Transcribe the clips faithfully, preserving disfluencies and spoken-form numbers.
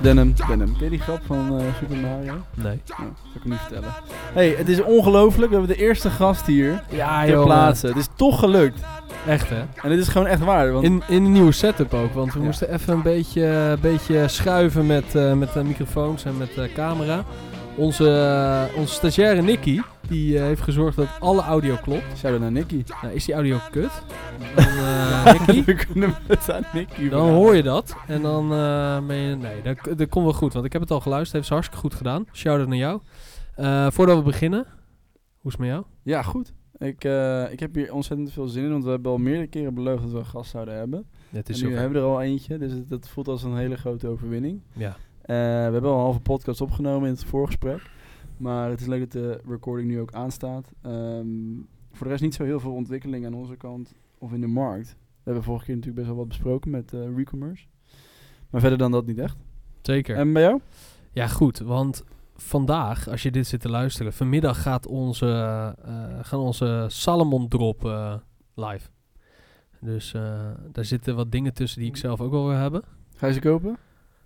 Denim, Denim. Ken je die grap van uh, Super Mario? Nee. Nou, dat zal ik hem niet vertellen. Hey, het is ongelooflijk. We hebben de eerste gast hier Ja, ter joh. plaatse. Het is toch gelukt. Echt, hè? En dit is gewoon echt waar. Want In, in een nieuwe setup ook, want we Ja. moesten even een beetje, beetje schuiven met, uh, met de microfoons en met de camera. Onze, uh, onze stagiaire Nicky, die uh, heeft gezorgd dat alle audio klopt. shout-out naar Nicky. Nou, is die audio kut? Dan, uh, Nicky, We kunnen het aan Nicky dan hoor je dat. En dan uh, ben je... Nee, dat, dat komt wel goed, want ik heb het al geluisterd. Heeft ze hartstikke goed gedaan. Shout-out naar jou. Uh, voordat we beginnen, hoe is het met jou? Ja, goed. Ik, uh, ik heb hier ontzettend veel zin in, want we hebben al meerdere keren beloofd dat we een gast zouden hebben. Het En is nu zover. hebben we er al eentje, dus het, dat voelt als een hele grote overwinning. Ja. Uh, we hebben al een halve podcast opgenomen in het voorgesprek. Maar het is leuk dat de recording nu ook aanstaat. Um, voor de rest niet zo heel veel ontwikkeling aan onze kant of in de markt. We hebben vorige keer natuurlijk best wel wat besproken met uh, Recommerce. Maar verder dan dat niet echt. Zeker. En bij jou? Ja, goed, want vandaag, als je dit zit te luisteren, vanmiddag gaat onze, uh, gaan onze Salomon drop uh, live. Dus uh, daar zitten wat dingen tussen die ik zelf ook wel wil hebben. Ga je ze kopen?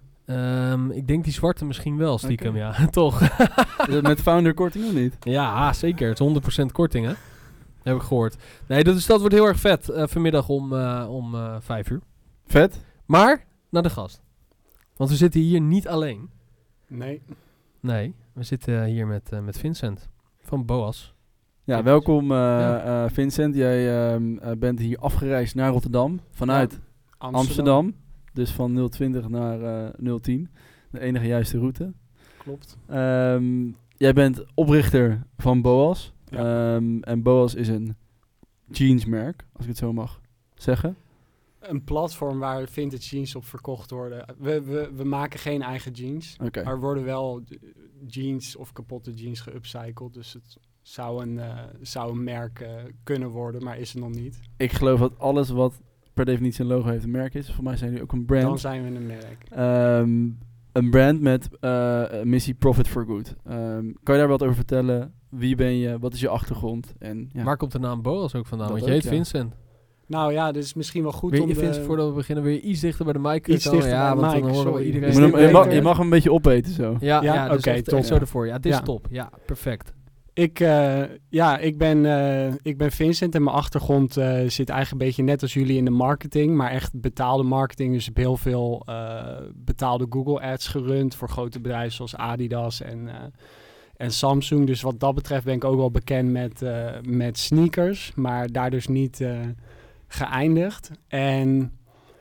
Um, ik denk die zwarte misschien wel, stiekem, okay. Ja, toch. Is het met founder korting of niet? Ja, zeker. Het is honderd procent korting, hè. Heb ik gehoord. Nee, dat, is, dat wordt heel erg vet. Uh, vanmiddag om, uh, om uh, vijf uur. Vet. Maar, naar de gast. Want we zitten hier niet alleen. Nee. Nee, we zitten hier met, uh, met Vincent van Boas. Ja, welkom uh, ja. Uh, Vincent. Jij uh, uh, bent hier afgereisd naar Rotterdam vanuit ja. Amsterdam. Amsterdam. Dus van nul twintig naar uh, nul tien. De enige juiste route. Klopt. Um, jij bent oprichter van Boas. Ja. Um, en Boas is een jeansmerk, als ik het zo mag zeggen. Een platform waar vintage jeans op verkocht worden. We, we, we maken geen eigen jeans. Okay. Maar er worden wel jeans of kapotte jeans geupcycled. Dus het zou een, uh, zou een merk uh, kunnen worden, maar is het nog niet. Ik geloof dat alles wat per definitie een logo heeft een merk is. Voor mij zijn jullie ook een brand. Dan zijn we een merk. Um, een brand met uh, missie Profit for Good. Um, kan je daar wat over vertellen? Wie ben je? Wat is je achtergrond? En, ja. Waar komt de naam Boas ook vandaan? Dat Want je heet ook, ja. Vincent. Nou ja, dit is misschien wel goed wil om je, de... Vincent, voordat we beginnen, wil je iets dichter bij de mic Iets komen? dichter ja, bij de want mic, dan horen we sorry. iedereen. Is Je, dit moet hem, je, mag, beter? je mag hem een beetje opeten zo. Ja, ja, oké, dus echt, top. echt zo ervoor. Ja, dit Ja. is top. Ja, perfect. Ik, uh, ja, ik, ben, uh, ik ben Vincent en mijn achtergrond uh, zit eigenlijk een beetje net als jullie in de marketing, maar echt betaalde marketing. Dus ik heb heel veel uh, betaalde Google Ads gerund voor grote bedrijven zoals Adidas en, uh, en Samsung. Dus wat dat betreft ben ik ook wel bekend met, uh, met sneakers, maar daar dus niet uh, geëindigd. En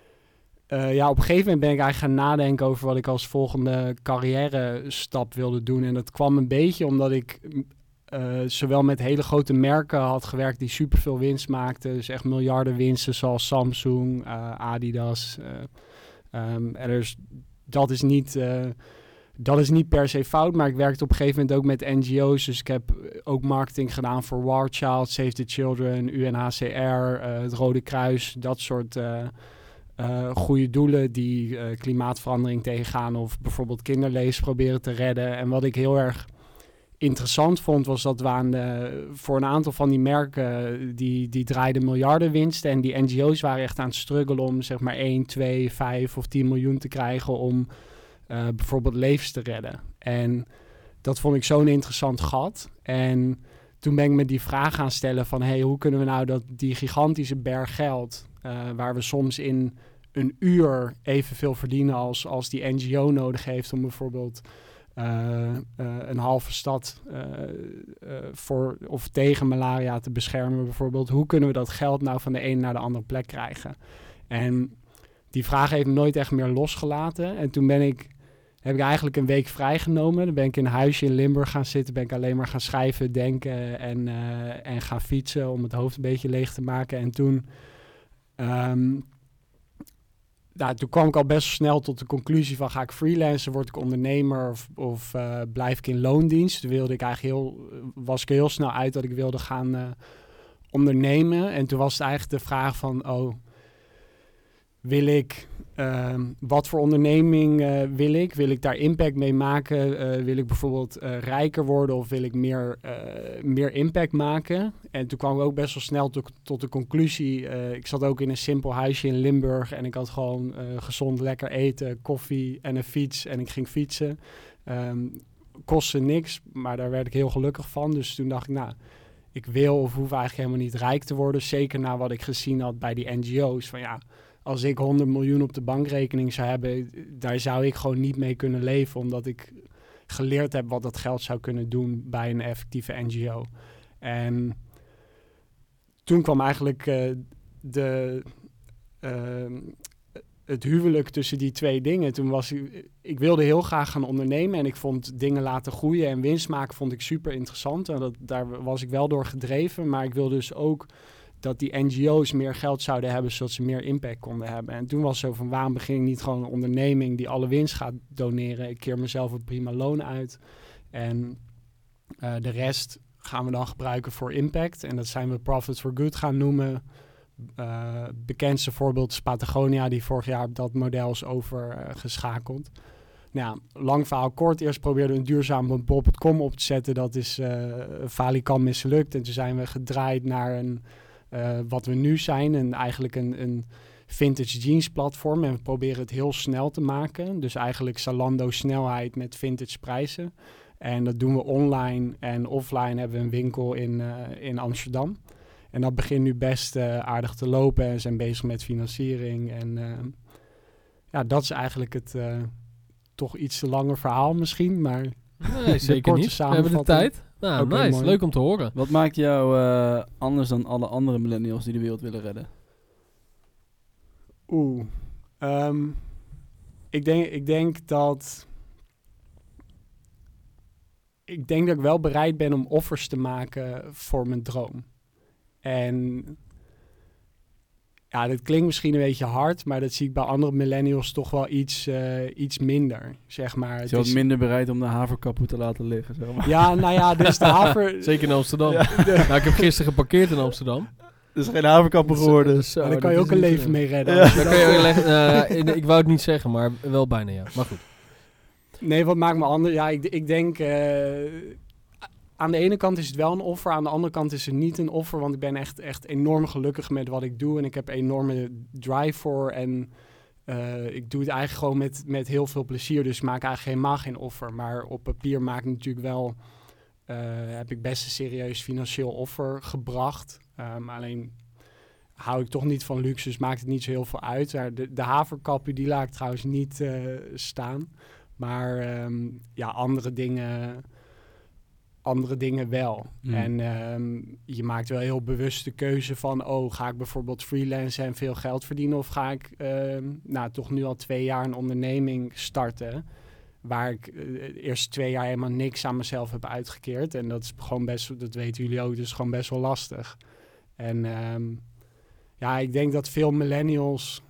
uh, ja, op een gegeven moment ben ik eigenlijk gaan nadenken over wat ik als volgende carrière stap wilde doen. En dat kwam een beetje omdat ik Uh, zowel met hele grote merken had gewerkt die superveel winst maakten. Dus echt miljarden winsten zoals Samsung, uh, Adidas. Uh, um, en dus dat is niet... Uh, dat is niet per se fout, maar ik werkte op een gegeven moment ook met N G O's. Dus ik heb ook marketing gedaan voor War Child, Save the Children, U N H C R, uh, het Rode Kruis. Dat soort uh, uh, goede doelen die uh, klimaatverandering tegengaan of bijvoorbeeld kinderlevens proberen te redden. En wat ik heel erg interessant vond, was dat we aan de, voor een aantal van die merken, die, die draaiden miljarden winsten en die N G O's waren echt aan het struggelen om zeg maar één, twee, vijf of tien miljoen te krijgen om uh, bijvoorbeeld levens te redden. En dat vond ik zo'n interessant gat. En toen ben ik me die vraag gaan stellen van, hey, hoe kunnen we nou dat die gigantische berg geld, uh, waar we soms in een uur evenveel verdienen als, als die N G O nodig heeft om bijvoorbeeld Uh, uh, een halve stad uh, uh, voor of tegen malaria te beschermen bijvoorbeeld. Hoe kunnen we dat geld nou van de ene naar de andere plek krijgen? En die vraag heeft me nooit echt meer losgelaten. En toen ben ik, heb ik eigenlijk een week vrijgenomen. Dan ben ik in een huisje in Limburg gaan zitten. Ben ik alleen maar gaan schrijven, denken en, uh, en gaan fietsen om het hoofd een beetje leeg te maken. En toen... Um, Nou, toen kwam ik al best snel tot de conclusie van, ga ik freelancen, word ik ondernemer of, of uh, blijf ik in loondienst? Toen wilde ik eigenlijk heel, was ik heel snel uit dat ik wilde gaan uh, ondernemen. En toen was het eigenlijk de vraag van, oh, wil ik Um, wat voor onderneming uh, wil ik? Wil ik daar impact mee maken? Uh, wil ik bijvoorbeeld uh, rijker worden of wil ik meer, uh, meer impact maken? En toen kwam ik ook best wel snel to- tot de conclusie. Uh, ik zat ook in een simpel huisje in Limburg en ik had gewoon uh, gezond lekker eten, koffie en een fiets en ik ging fietsen. Um, kostte niks, maar daar werd ik heel gelukkig van. Dus toen dacht ik, nou, ik wil of hoef eigenlijk helemaal niet rijk te worden. Zeker na wat ik gezien had bij die N G O's. Van ja, als ik honderd miljoen op de bankrekening zou hebben, daar zou ik gewoon niet mee kunnen leven. Omdat ik geleerd heb wat dat geld zou kunnen doen bij een effectieve N G O. En toen kwam eigenlijk uh, de... Uh, het huwelijk tussen die twee dingen. Toen was ik, ik wilde heel graag gaan ondernemen en ik vond dingen laten groeien en winst maken vond ik super interessant. En dat, daar was ik wel door gedreven, maar ik wilde dus ook dat die N G O's meer geld zouden hebben, zodat ze meer impact konden hebben. En toen was het zo van, waarom begin ik niet gewoon een onderneming die alle winst gaat doneren? Ik keer mezelf een prima loon uit en uh, de rest gaan we dan gebruiken voor impact. En dat zijn we Profit for Good gaan noemen. Uh, bekendste voorbeeld is Patagonia, die vorig jaar op dat model is overgeschakeld. Uh, nou ja, lang verhaal kort. Eerst probeerden we een duurzame bol punt com op te zetten. Dat is uh, falikant mislukt. En toen zijn we gedraaid naar een, uh, wat we nu zijn. En eigenlijk een, een vintage jeans platform. En we proberen het heel snel te maken. Dus eigenlijk Zalando snelheid met vintage prijzen. En dat doen we online en offline hebben we een winkel in, uh, in Amsterdam. En dat begint nu best uh, aardig te lopen en zijn bezig met financiering. En uh, ja, dat is eigenlijk het uh, toch iets te lange verhaal misschien, maar nee, zeker niet. We hebben de tijd. Nou, okay, nice. Mooi. Leuk om te horen. Wat maakt jou uh, anders dan alle andere millennials die de wereld willen redden? Oeh. Um, ik, denk, ik denk dat... Ik denk dat ik wel bereid ben om offers te maken voor mijn droom. En ja, dat klinkt misschien een beetje hard, maar dat zie ik bij andere millennials toch wel iets, uh, iets minder, zeg maar. Je was minder bereid om de haverkapoe te laten liggen, zeg maar. Ja, nou ja, dus de haver... Zeker in Amsterdam. Ja. De... Nou, ik heb gisteren geparkeerd in Amsterdam. Dus geen haverkappen geworden. Dus, uh, daar kan je ook een leven uh, mee redden. Ja. Daar kan je ook leggen, uh, ik wou het niet zeggen, maar wel bijna ja. Maar goed. Nee, wat maakt me anders? Ja, ik, ik denk... Uh, aan de ene kant is het wel een offer, aan de andere kant is het niet een offer, want ik ben echt, echt enorm gelukkig met wat ik doe en ik heb enorme drive voor en uh, ik doe het eigenlijk gewoon met, met heel veel plezier, dus ik maak eigenlijk helemaal geen offer, maar op papier maak ik natuurlijk wel, uh, heb ik best een serieus financieel offer gebracht, um, alleen hou ik toch niet van luxe, dus maakt het niet zo heel veel uit. De, de haverkappen, die laat ik trouwens niet uh, staan, maar um, ja, andere dingen... andere dingen wel. Mm. En um, je maakt wel heel bewust de keuze van... oh, ga ik bijvoorbeeld freelancen en veel geld verdienen... of ga ik um, nou, toch nu al twee jaar een onderneming starten... waar ik uh, de eerste twee jaar helemaal niks aan mezelf heb uitgekeerd. En dat is gewoon best, dat weten jullie ook, dus gewoon best wel lastig. En um, ja, ik denk dat veel millennials...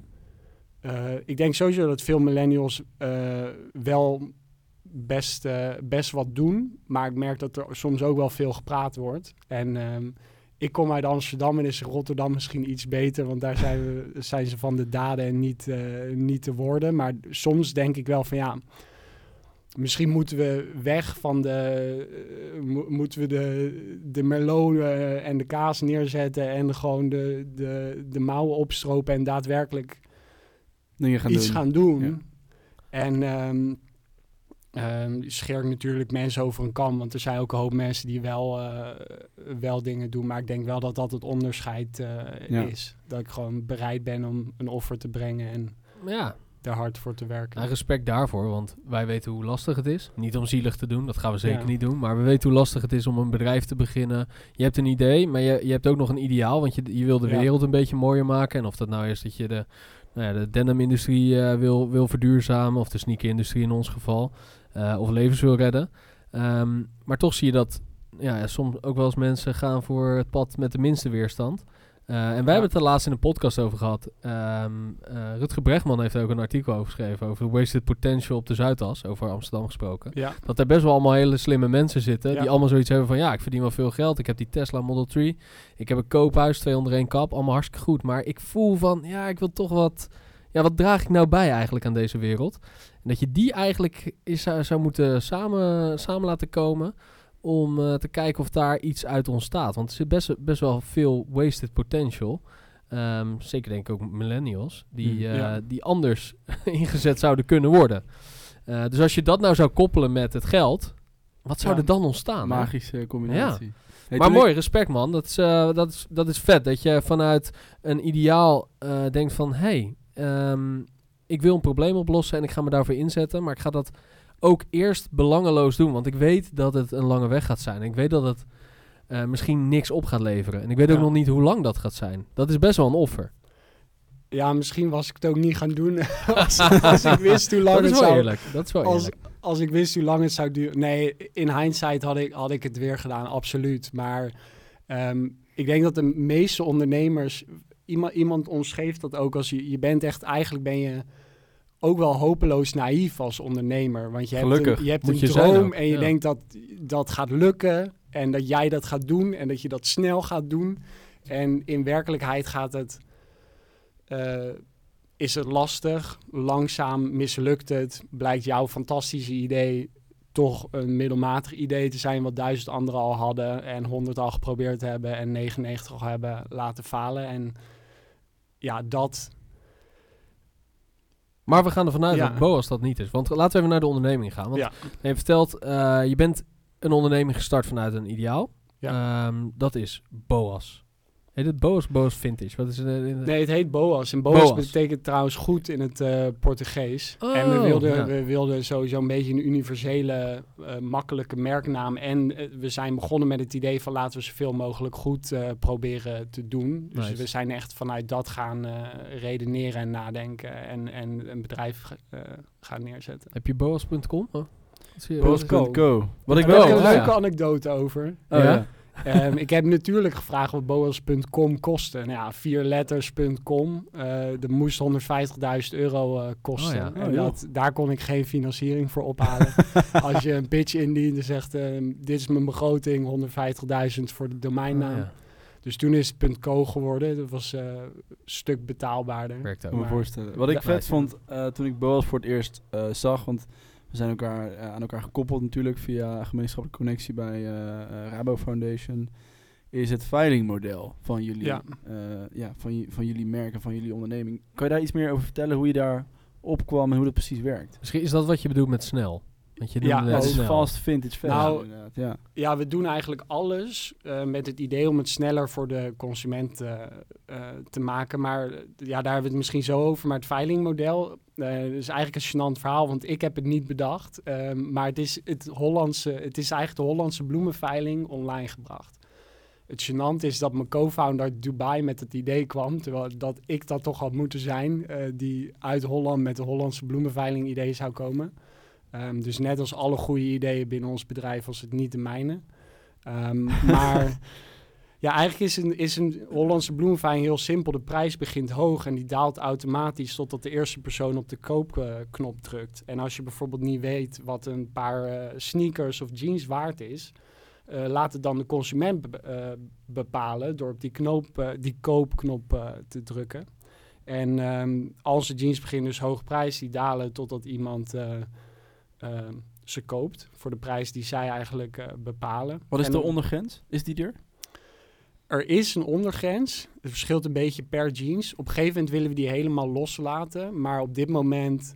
Uh, ik denk sowieso dat veel millennials uh, wel... Best, uh, best wat doen, maar ik merk dat er soms ook wel veel gepraat wordt. En um, ik kom uit Amsterdam en is Rotterdam misschien iets beter, want daar zijn, we, zijn ze van de daden en niet, uh, niet de woorden. Maar soms denk ik wel van ja, misschien moeten we weg van de, uh, mo- moeten we de, de merlot uh, en de kaas neerzetten en gewoon de, de, de mouwen opstropen en daadwerkelijk Dingen gaan iets doen. gaan doen. Ja. En um, Um, scheer ik natuurlijk mensen over een kam, want er zijn ook een hoop mensen die wel, uh, wel dingen doen, maar ik denk wel dat dat het onderscheid uh, ja. is. Dat ik gewoon bereid ben om een offer te brengen en ja. er hard voor te werken. En respect daarvoor, want wij weten hoe lastig het is. Niet om zielig te doen, dat gaan we zeker ja. niet doen, maar we weten hoe lastig het is om een bedrijf te beginnen. Je hebt een idee, maar je, je hebt ook nog een ideaal, want je, je wil de ja. wereld een beetje mooier maken. En of dat nou is dat je de, nou ja, de denim-industrie uh, wil, wil verduurzamen, of de sneaker-industrie in ons geval. Uh, of levens wil redden. Um, maar toch zie je dat ja, soms ook wel eens mensen gaan voor het pad met de minste weerstand. Uh, en wij ja. hebben het er laatst in een podcast over gehad. Um, uh, Rutger Bregman heeft er ook een artikel over geschreven over wasted potential op de Zuidas, over Amsterdam gesproken. Ja. Dat er best wel allemaal hele slimme mensen zitten, ja. die allemaal zoiets hebben van ja, ik verdien wel veel geld, ik heb die Tesla Model drie, ik heb een koophuis, twee onder één kap, allemaal hartstikke goed. Maar ik voel van, ja, ik wil toch wat... ja, wat draag ik nou bij eigenlijk aan deze wereld? En dat je die eigenlijk is, zou, zou moeten samen, samen laten komen om uh, te kijken of daar iets uit ontstaat. Want er zit best, best wel veel wasted potential. Um, zeker denk ik ook millennials, die, uh, ja. die anders ingezet zouden kunnen worden. Uh, dus als je dat nou zou koppelen met het geld, wat zou Ja, er dan ontstaan? Magische hè? combinatie. Ja. Hey, Maar toen mooi, ik- respect man. Dat is, uh, dat, is, dat is vet. Dat je vanuit een ideaal uh, denkt van... Hé, hey, um, ik wil een probleem oplossen en ik ga me daarvoor inzetten. Maar ik ga dat ook eerst belangeloos doen. Want ik weet dat het een lange weg gaat zijn. Ik weet dat het uh, misschien niks op gaat leveren. En ik weet ook Ja. nog niet hoe lang dat gaat zijn. Dat is best wel een offer. Ja, misschien was ik het ook niet gaan doen als, als ik wist hoe lang Dat is het wel zou... eerlijk. Dat is wel Als, eerlijk. als ik wist hoe lang het zou duren... Nee, in hindsight had ik, had ik het weer gedaan, absoluut. Maar um, ik denk dat de meeste ondernemers... Iemand, iemand omschreef dat ook als je... Je bent echt... Eigenlijk ben je ook wel hopeloos naïef als ondernemer. Want je hebt Gelukkig. een, je hebt Moet een je zijn droom ook, en je ja. denkt dat dat gaat lukken. En dat jij dat gaat doen en dat je dat snel gaat doen. En in werkelijkheid gaat het... Uh, is het lastig, langzaam mislukt het, blijkt jouw fantastische idee toch een middelmatig idee te zijn wat duizend anderen al hadden en honderd al geprobeerd hebben en negenennegentig al hebben laten falen. En ja, dat... Maar we gaan ervan uit Ja. dat Boas dat niet is. Want laten we even naar de onderneming gaan. Want Ja. je vertelt, uh, je bent een onderneming gestart vanuit een ideaal. Ja. Um, dat is Boas. Heet het Boas? Boas Vintage? Wat is het? Uh, in de... Nee, het heet Boas. En Boas, Boas. betekent trouwens goed in het uh, Portugees. Oh, en we wilden, ja. we wilden sowieso een beetje een universele, uh, makkelijke merknaam. En uh, we zijn begonnen met het idee van laten we zoveel mogelijk goed uh, proberen te doen. Dus Nice. we zijn echt vanuit dat gaan uh, redeneren en nadenken en, en een bedrijf uh, gaan neerzetten. Heb je Boas punt com? Oh. Boas punt co. Wat ik Daar wel... heb ik een oh, leuke ja. anekdote over. Oh, Ja? ja. Um, ik heb natuurlijk gevraagd wat boas punt com kostte. Nou ja, vier letters punt com. Uh, dat moest honderdvijftigduizend euro uh, kosten. Oh ja. En Oh, dat, daar kon ik geen financiering voor ophalen. Als je een pitch indient en zegt... Uh, dit is mijn begroting, honderdvijftigduizend voor de domeinnaam. Oh, ja. Dus toen is het .co geworden. Dat was uh, een stuk betaalbaarder. Werkt ook. Kan me Maar- voorstellen. Wat ik Ja, vet nice, vond uh, toen ik Boas voor het eerst uh, zag, want we zijn elkaar, uh, aan elkaar gekoppeld natuurlijk via gemeenschappelijke connectie bij uh, uh, Rabo Foundation, is het veilingmodel van jullie, Ja. uh, ja, van, j- van jullie merken, van jullie onderneming. Kan je daar iets meer over vertellen, hoe je daar opkwam en hoe dat precies werkt? Misschien is dat wat je bedoelt met snel. Want je Ja, noemde dat net Het is snel. fast vintage fashion Nou, inderdaad, ja. Ja, we doen eigenlijk alles uh, met het idee om het sneller voor de consument uh, uh, te maken. Maar uh, ja, daar hebben we het misschien zo over. Maar het veilingmodel uh, is eigenlijk een gênant verhaal, want ik heb het niet bedacht. Uh, maar het is, het, Hollandse, het is eigenlijk de Hollandse bloemenveiling online gebracht. Het gênant is dat mijn co-founder uit Dubai met het idee kwam, terwijl dat ik dat toch had moeten zijn, uh, die uit Holland met de Hollandse bloemenveiling idee zou komen. Um, dus net als alle goede ideeën binnen ons bedrijf was het niet de mijne. Um, maar ja, eigenlijk is een, is een Hollandse bloemenveiling heel simpel. De prijs begint hoog en die daalt automatisch totdat de eerste persoon op de koopknop uh, drukt. En als je bijvoorbeeld niet weet wat een paar uh, sneakers of jeans waard is, uh, laat het dan de consument be- uh, bepalen door op die, knoop, uh, die koopknop uh, te drukken. En um, als de jeans beginnen dus hoge prijs, die dalen totdat iemand Uh, Uh, ze koopt voor de prijs die zij eigenlijk uh, bepalen. Wat is En de ondergrens? Is die er? Er is een ondergrens. Het verschilt een beetje per jeans. Op een gegeven moment willen we die helemaal loslaten. Maar op dit moment,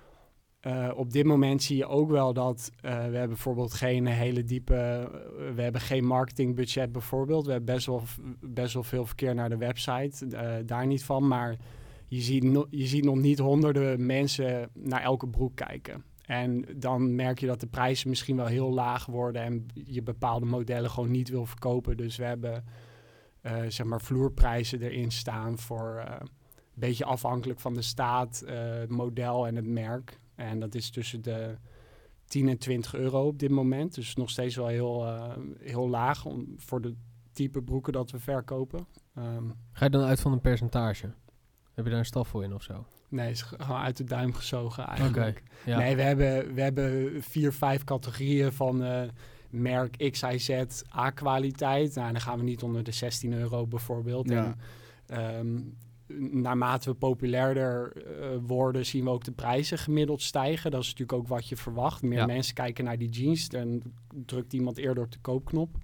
uh, op dit moment zie je ook wel dat uh, we hebben bijvoorbeeld geen hele diepe... Uh, we hebben geen marketingbudget bijvoorbeeld. We hebben best wel, best wel veel verkeer naar de website. Uh, daar niet van. Maar je ziet, no- je ziet nog niet honderden mensen naar elke broek kijken. En dan merk je dat de prijzen misschien wel heel laag worden en je bepaalde modellen gewoon niet wil verkopen. Dus we hebben uh, zeg maar vloerprijzen erin staan voor uh, een beetje afhankelijk van de staat, uh, het model en het merk. En dat is tussen de tien en twintig euro op dit moment. Dus nog steeds wel heel, uh, heel laag om, voor de type broeken dat we verkopen. Um, Ga je dan uit van een percentage? Heb je daar een staf voor in of zo? nee, is gewoon uit de duim gezogen eigenlijk. Oké. Ja. Nee, we hebben, we hebben vier, vijf categorieën van uh, merk X, Y, Z, A-kwaliteit. Nou, dan gaan we niet onder de zestien euro bijvoorbeeld. Ja. En, um, naarmate we populairder uh, worden, zien we ook de prijzen gemiddeld stijgen. Dat is natuurlijk ook wat je verwacht. Meer Ja. mensen kijken naar die jeans, dan drukt iemand eerder op de koopknop.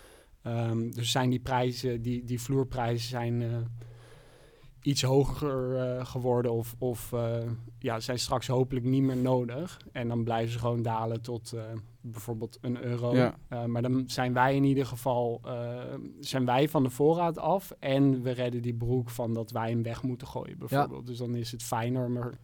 Um, dus zijn die prijzen, die, die vloerprijzen zijn uh, iets hoger uh, geworden of, of uh, ja, zijn straks hopelijk niet meer nodig. En dan blijven ze gewoon dalen tot uh, bijvoorbeeld een euro. Ja. Uh, maar dan zijn wij in ieder geval uh, zijn wij van de voorraad af en we redden die broek van dat wij hem weg moeten gooien bijvoorbeeld. Ja. Dus dan is het fijner om er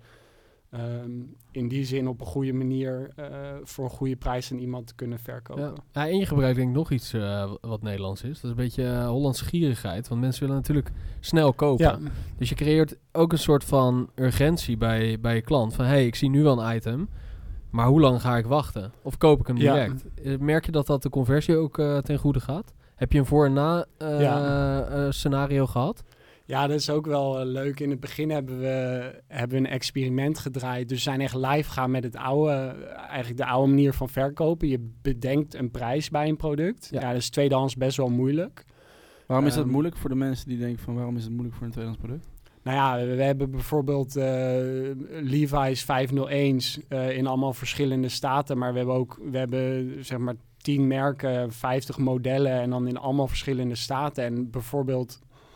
um, in die zin op een goede manier uh, voor een goede prijs aan iemand te kunnen verkopen. Ja. Ja, en je gebruikt denk ik nog iets uh, wat Nederlands is. Dat is een beetje uh, Hollandse gierigheid. Want mensen willen natuurlijk snel kopen. Ja. Dus je creëert ook een soort van urgentie bij, bij je klant. Van, hé, hey, ik zie nu wel een item, maar hoe lang ga ik wachten? Of koop ik hem direct? Ja. Merk je dat dat de conversie ook uh, ten goede gaat? Heb je een voor- en na uh, ja. uh, scenario gehad? Ja, dat is ook wel uh, leuk. In het begin hebben we, hebben we een experiment gedraaid. Dus we zijn echt live gaan met het oude, eigenlijk de oude manier van verkopen. Je bedenkt een prijs bij een product. Ja, ja dat is tweedehands best wel moeilijk. Waarom is dat um, moeilijk voor de mensen die denken van waarom is het moeilijk voor een tweedehands product? Nou ja, we, we hebben bijvoorbeeld uh, Levi's vijfhonderdééns uh, in allemaal verschillende staten. Maar we hebben ook, we hebben zeg maar tien merken, vijftig modellen en dan in allemaal verschillende staten. En bijvoorbeeld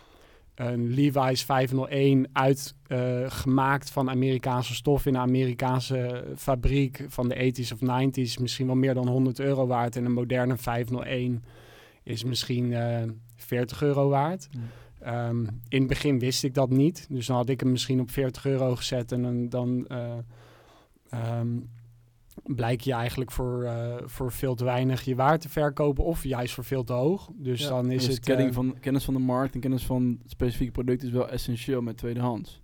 een Levi's vijfhonderdéén uitgemaakt uh, van Amerikaanse stof in een Amerikaanse fabriek van de tachtiger of negentiger, misschien wel meer dan honderd euro waard. En een moderne vijfhonderdéén is misschien uh, veertig euro waard. Mm. Um, in het begin wist ik dat niet. Dus dan had ik hem misschien op veertig euro gezet en dan, dan uh, um, blijk je eigenlijk voor, uh, voor veel te weinig je waar te verkopen of juist voor veel te hoog. Dus ja, dan is dus het... Kennis, uh, van, kennis van de markt en kennis van het specifieke product is wel essentieel met tweedehands.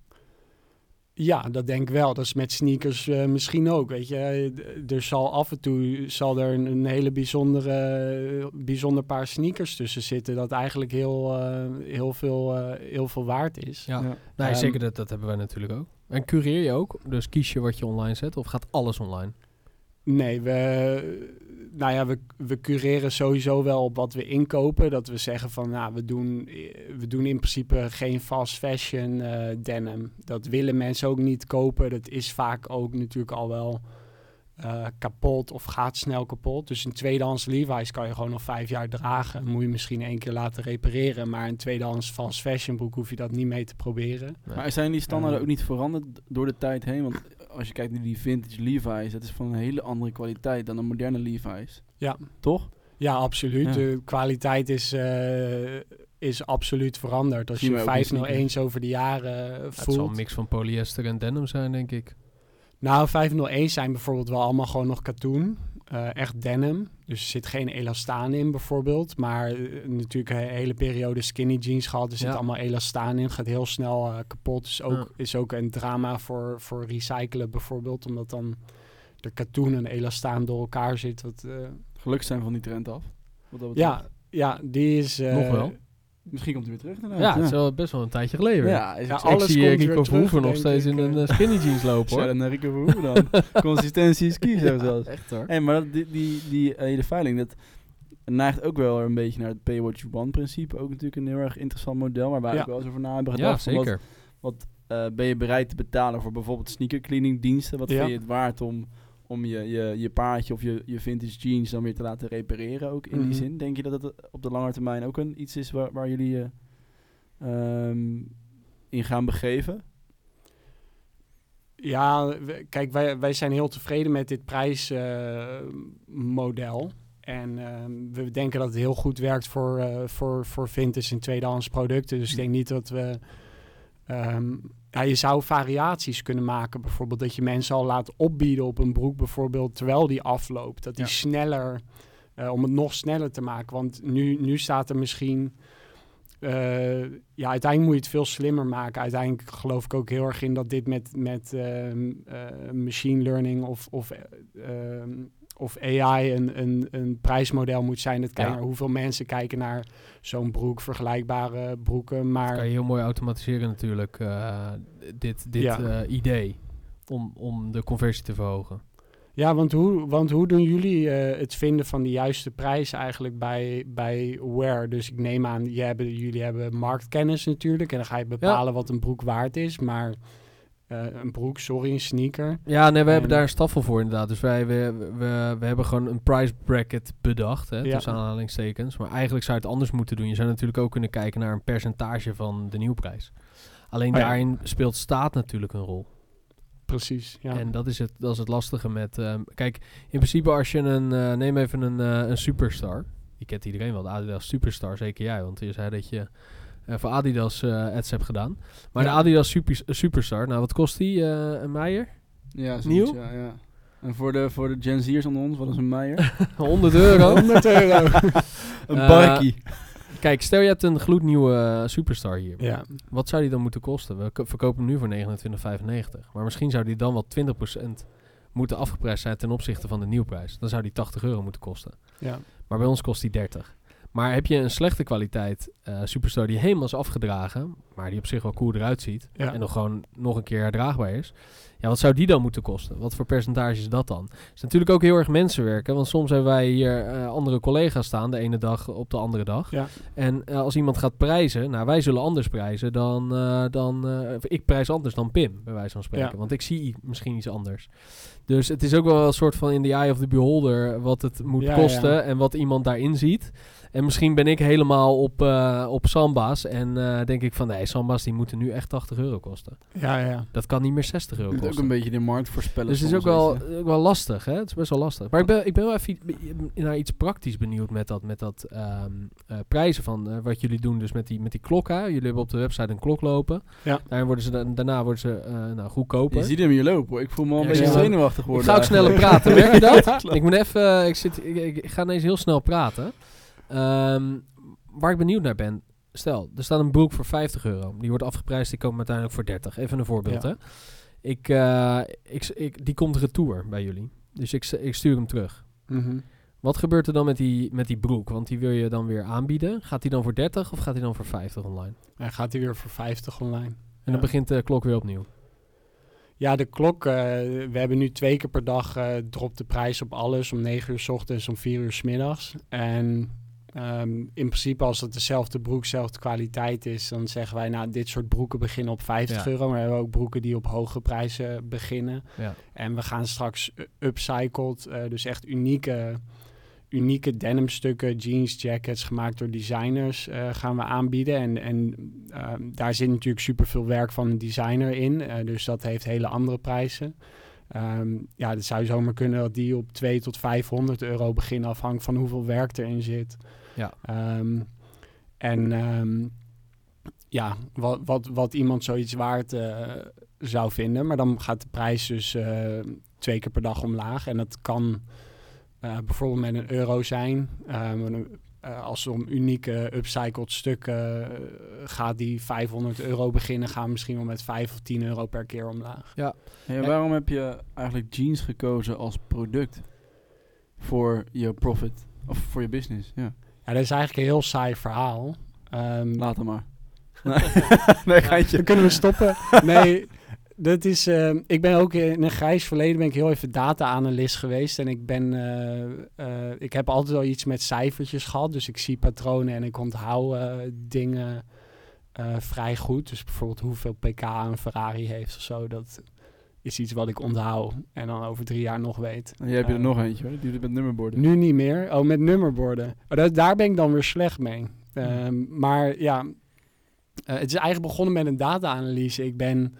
Ja, dat denk ik wel. Dat is met sneakers uh, misschien ook, weet je. Er zal af en toe zal er een, een hele bijzondere, bijzonder paar sneakers tussen zitten dat eigenlijk heel, uh, heel, veel, uh, heel veel waard is. Ja, ja. Nee, um, zeker dat, dat hebben wij natuurlijk ook. En cureer je ook? Dus kies je wat je online zet of gaat alles online? Nee, we, nou ja, we, we cureren sowieso wel op wat we inkopen. Dat we zeggen van, nou, we doen, we doen in principe geen fast fashion uh, denim. Dat willen mensen ook niet kopen. Dat is vaak ook natuurlijk al wel uh, kapot of gaat snel kapot. Dus een tweedehands Levi's kan je gewoon nog vijf jaar dragen. Moet je misschien één keer laten repareren. Maar een tweedehands fast fashion broek hoef je dat niet mee te proberen. Nee. Maar zijn die standaarden uh, ook niet veranderd door de tijd heen? Want als je kijkt naar die vintage Levi's, dat is van een hele andere kwaliteit dan een moderne Levi's. Ja. Toch? Ja, absoluut. Ja. De kwaliteit is, uh, is absoluut veranderd. Als je vijfhonderdééns over de jaren voelt. Het zal een mix van polyester en denim zijn, denk ik. Nou, vijfhonderdééns zijn bijvoorbeeld wel allemaal gewoon nog katoen. Uh, echt denim. Dus er zit geen elastaan in bijvoorbeeld. Maar uh, natuurlijk een hele periode skinny jeans gehad. Er zit ja. allemaal elastaan in. Gaat heel snel uh, kapot. Dus ook, ja. is ook een drama voor, voor recyclen bijvoorbeeld. Omdat dan de katoen en elastaan door elkaar zit. Wat, uh, Gelukkig zijn we van die trend af. Wat dat ja, ja, die is... Uh, Nog wel. Misschien komt hij weer terug. Ja, ja, het is wel best wel een tijdje geleden. Ja, ja, alles ik zie uh, Rico Verhoeven nog steeds ik, in een uh, skinny jeans lopen, hoor. Ja, dan Rico Verhoeven dan. Consistentie is key, zo zelfs. Echt hoor. Hey, maar die, die, die hele uh, veiling, dat neigt ook wel een beetje naar het pay what you want principe. Ook natuurlijk een heel erg interessant model, waar wij ja. ook wel eens over na hebben gedacht. Ja, zeker. Wat, wat uh, ben je bereid te betalen voor bijvoorbeeld sneaker cleaning diensten? Wat ja. vind je het waard om... om je, je, je paardje of je, je vintage jeans dan weer te laten repareren ook in mm-hmm. die zin? Denk je dat het op de lange termijn ook een iets is waar, waar jullie uh, um, in gaan begeven? Ja, we, kijk, wij, wij zijn heel tevreden met dit prijsmodel. Uh, en uh, we denken dat het heel goed werkt voor, uh, voor, voor vintage en tweedehands producten. Dus mm. ik denk niet dat we... Um, Ja, je zou variaties kunnen maken. Bijvoorbeeld dat je mensen al laat opbieden op een broek bijvoorbeeld terwijl die afloopt. Dat die ja. sneller, uh, om het nog sneller te maken. Want nu, nu staat er misschien... Uh, ja, uiteindelijk moet je het veel slimmer maken. Uiteindelijk geloof ik ook heel erg in dat dit met, met uh, uh, machine learning of... of uh, of A I een, een, een prijsmodel moet zijn. Dat kijken ja. naar hoeveel mensen kijken naar zo'n broek, vergelijkbare broeken. Maar dat kan je heel mooi automatiseren natuurlijk, uh, dit, dit ja. uh, idee, om, om de conversie te verhogen. Ja, want hoe, want hoe doen jullie uh, het vinden van de juiste prijs eigenlijk bij, bij Wear? Dus ik neem aan, je hebben, jullie hebben marktkennis natuurlijk. En dan ga je bepalen ja. wat een broek waard is. Maar uh, een broek, sorry, een sneaker. Ja, nee, we en, hebben daar een staffel voor inderdaad. Dus wij we, we, we hebben gewoon een price bracket bedacht, hè, Ja. tussen aanhalingstekens. Maar eigenlijk zou je het anders moeten doen. Je zou natuurlijk ook kunnen kijken naar een percentage van de nieuwprijs. Alleen Oh ja. daarin speelt staat natuurlijk een rol. Precies, ja. En dat is het, dat is het lastige met... Um, kijk, in principe als je een... Uh, neem even een, uh, een Superstar. Je kent iedereen wel, de Adidas Superstar. Zeker jij, want je zei dat je uh, voor Adidas uh, ads hebt gedaan. Maar ja. de Adidas super, uh, Superstar, nou wat kost die, uh, een Meijer? Ja, nieuw? Ja, ja. En voor de, voor de Gen Z'ers onder ons, wat is een Meijer? honderd euro. honderd euro. een uh, barkie. Kijk, stel je hebt een gloednieuwe uh, Superstar hier. Ja. Wat zou die dan moeten kosten? We ko- verkopen hem nu voor negenentwintig vijfennegentig. Maar misschien zou die dan wel twintig procent moeten afgeprijsd zijn ten opzichte van de nieuwprijs. Dan zou die tachtig euro moeten kosten. Ja. Maar bij ons kost die dertig. Maar heb je een slechte kwaliteit uh, Superstar die helemaal is afgedragen, maar die op zich wel cool eruit ziet Ja. en nog gewoon nog een keer herdraagbaar is, ja, wat zou die dan moeten kosten? Wat voor percentage is dat dan? Het is natuurlijk ook heel erg mensenwerk, want soms hebben wij hier uh, andere collega's staan, de ene dag op de andere dag. Ja. En uh, als iemand gaat prijzen, nou, wij zullen anders prijzen dan, uh, dan uh, ik prijs anders dan Pim, bij wijze van spreken. Ja. Want ik zie misschien iets anders. Dus het is ook wel een soort van in the eye of the beholder wat het moet Ja, kosten ja. en wat iemand daarin ziet. En misschien ben ik helemaal op, uh, op Samba's en uh, denk ik van nee, Samba's die moeten nu echt tachtig euro kosten. Ja, ja. Dat kan niet meer zestig euro Je moet kosten. ook een beetje de markt voorspellen. Dus het is ook wel, ook wel lastig, hè? Het is best wel lastig. Maar ik ben, ik ben wel even naar iets praktisch benieuwd met dat, met dat um, uh, prijzen van uh, wat jullie doen. Dus met die, met die klok, hè? Jullie hebben op de website een klok lopen. Ja. Daarin worden ze da- daarna worden ze uh, nou, goedkoper. Je ziet hem hier lopen, hoor. Ik voel me al een Ja, beetje ja. zenuwachtig worden. Ik ga ook sneller eigenlijk. praten, merk je dat? Klopt. ik moet even, uh, ik, zit, ik, ik, ik ga ineens heel snel praten. Um, waar ik benieuwd naar ben, stel, er staat een broek voor vijftig euro. Die wordt afgeprijsd, die komt uiteindelijk voor dertig. Even een voorbeeld, Ja. hè. Ik, uh, ik, ik, die komt retour bij jullie. Dus ik, ik stuur hem terug. Mm-hmm. Wat gebeurt er dan met die, met die broek? Want die wil je dan weer aanbieden. Gaat die dan voor dertig of gaat die dan voor vijftig online? En gaat hij weer voor vijftig online. En Ja. dan begint de klok weer opnieuw. Ja, de klok. Uh, we hebben nu twee keer per dag uh, dropt de prijs op alles. Om negen uur 's ochtends, om vier uur 's middags. En um, in principe als het dezelfde broek, dezelfde kwaliteit is, dan zeggen wij, nou, dit soort broeken beginnen op vijftig Ja. euro. Maar we hebben ook broeken die op hoge prijzen beginnen. Ja. En we gaan straks uh, upcycled, uh, dus echt unieke, unieke denimstukken, jeans, jackets, gemaakt door designers, uh, gaan we aanbieden. En, en uh, daar zit natuurlijk superveel werk van een designer in. Uh, dus dat heeft hele andere prijzen. Um, ja, het zou zomaar kunnen dat die op tweehonderd tot vijfhonderd euro beginnen, afhankelijk van hoeveel werk erin zit. Ja. Um, en um, ja, wat, wat, wat iemand zoiets waard uh, zou vinden. Maar dan gaat de prijs dus uh, twee keer per dag omlaag. En dat kan uh, bijvoorbeeld met een euro zijn. Um, uh, als het om unieke upcycled stukken uh, gaat die vijfhonderd euro beginnen, gaan we misschien wel met vijf of tien euro per keer omlaag. Ja. Hey, en waarom heb je eigenlijk jeans gekozen als product voor je profit of voor je business? Ja. Ja, dat is eigenlijk een heel saai verhaal. Um, Laat hem maar. nee, geintje. Dan kunnen we stoppen. Nee, dat is... Uh, ik ben ook in een grijs verleden ben ik heel even data-analyst geweest. En ik ben... Uh, uh, ik heb altijd al iets met cijfertjes gehad. Dus ik zie patronen en ik onthoud uh, dingen uh, vrij goed. Dus bijvoorbeeld hoeveel pk een Ferrari heeft of zo. Dat is iets wat ik onthoud. En dan over drie jaar nog weet. En jij hebt je er Uh, nog eentje, hoor. Die doet het met nummerborden. Nu niet meer. Oh, met nummerborden. Oh, dat, daar ben ik dan weer slecht mee. Um, maar ja... Uh, het is eigenlijk begonnen met een data-analyse. Ik ben...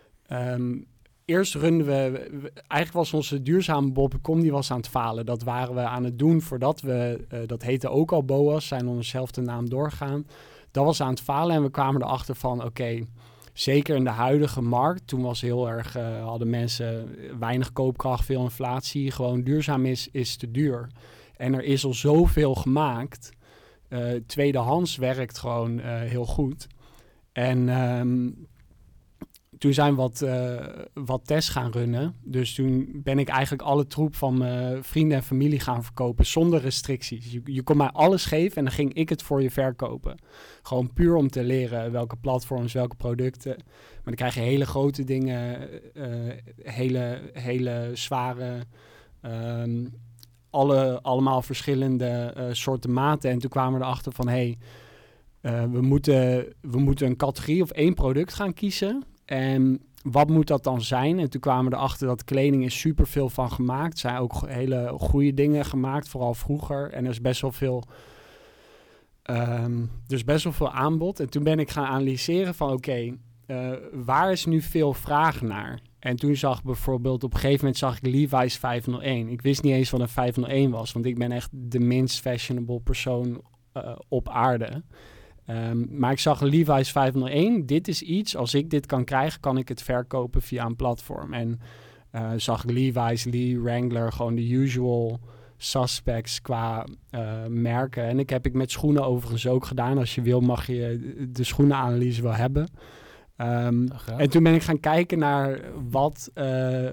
Um, eerst runden we, we... Eigenlijk was onze duurzame bol punt com die was aan het falen. Dat waren we aan het doen voordat we... Uh, dat heette ook al B O A S. Zijn onder dezelfde naam doorgegaan. Dat was aan het falen en we kwamen erachter van... Oké, okay, zeker in de huidige markt. Toen was heel erg... Uh, hadden mensen weinig koopkracht, veel inflatie. Gewoon duurzaam is, is te duur. En er is al zoveel gemaakt... Uh, tweedehands werkt gewoon uh, heel goed. En um, toen zijn we wat, uh, wat tests gaan runnen. Dus toen ben ik eigenlijk alle troep van mijn vrienden en familie gaan verkopen zonder restricties. Je, je kon mij alles geven en dan ging ik het voor je verkopen. Gewoon puur om te leren welke platforms, welke producten. Maar dan krijg je hele grote dingen, uh, hele, hele zware Um, alle, allemaal verschillende uh, soorten maten. En toen kwamen we erachter van, hé, hey, uh, we, moeten, we moeten een categorie of één product gaan kiezen. En wat moet dat dan zijn? En toen kwamen we erachter dat kleding is superveel van gemaakt. Er zijn ook hele goede dingen gemaakt, vooral vroeger. En er is best wel veel... Um, dus best wel veel aanbod. En toen ben ik gaan analyseren van, oké, okay, uh, waar is nu veel vraag naar? En toen zag ik bijvoorbeeld, op een gegeven moment zag ik Levi's vijfhonderdéén. Ik wist niet eens wat een vijfhonderdéén was, want ik ben echt de minst fashionable persoon uh, op aarde. Um, maar ik zag Levi's vijfhonderdéén. Dit is iets, als ik dit kan krijgen, kan ik het verkopen via een platform. En uh, zag ik Levi's, Lee, Wrangler, gewoon de usual suspects qua uh, merken. En ik heb ik met schoenen overigens ook gedaan. Als je wil, mag je de schoenenanalyse wel hebben. Um, en toen ben ik gaan kijken naar wat, uh,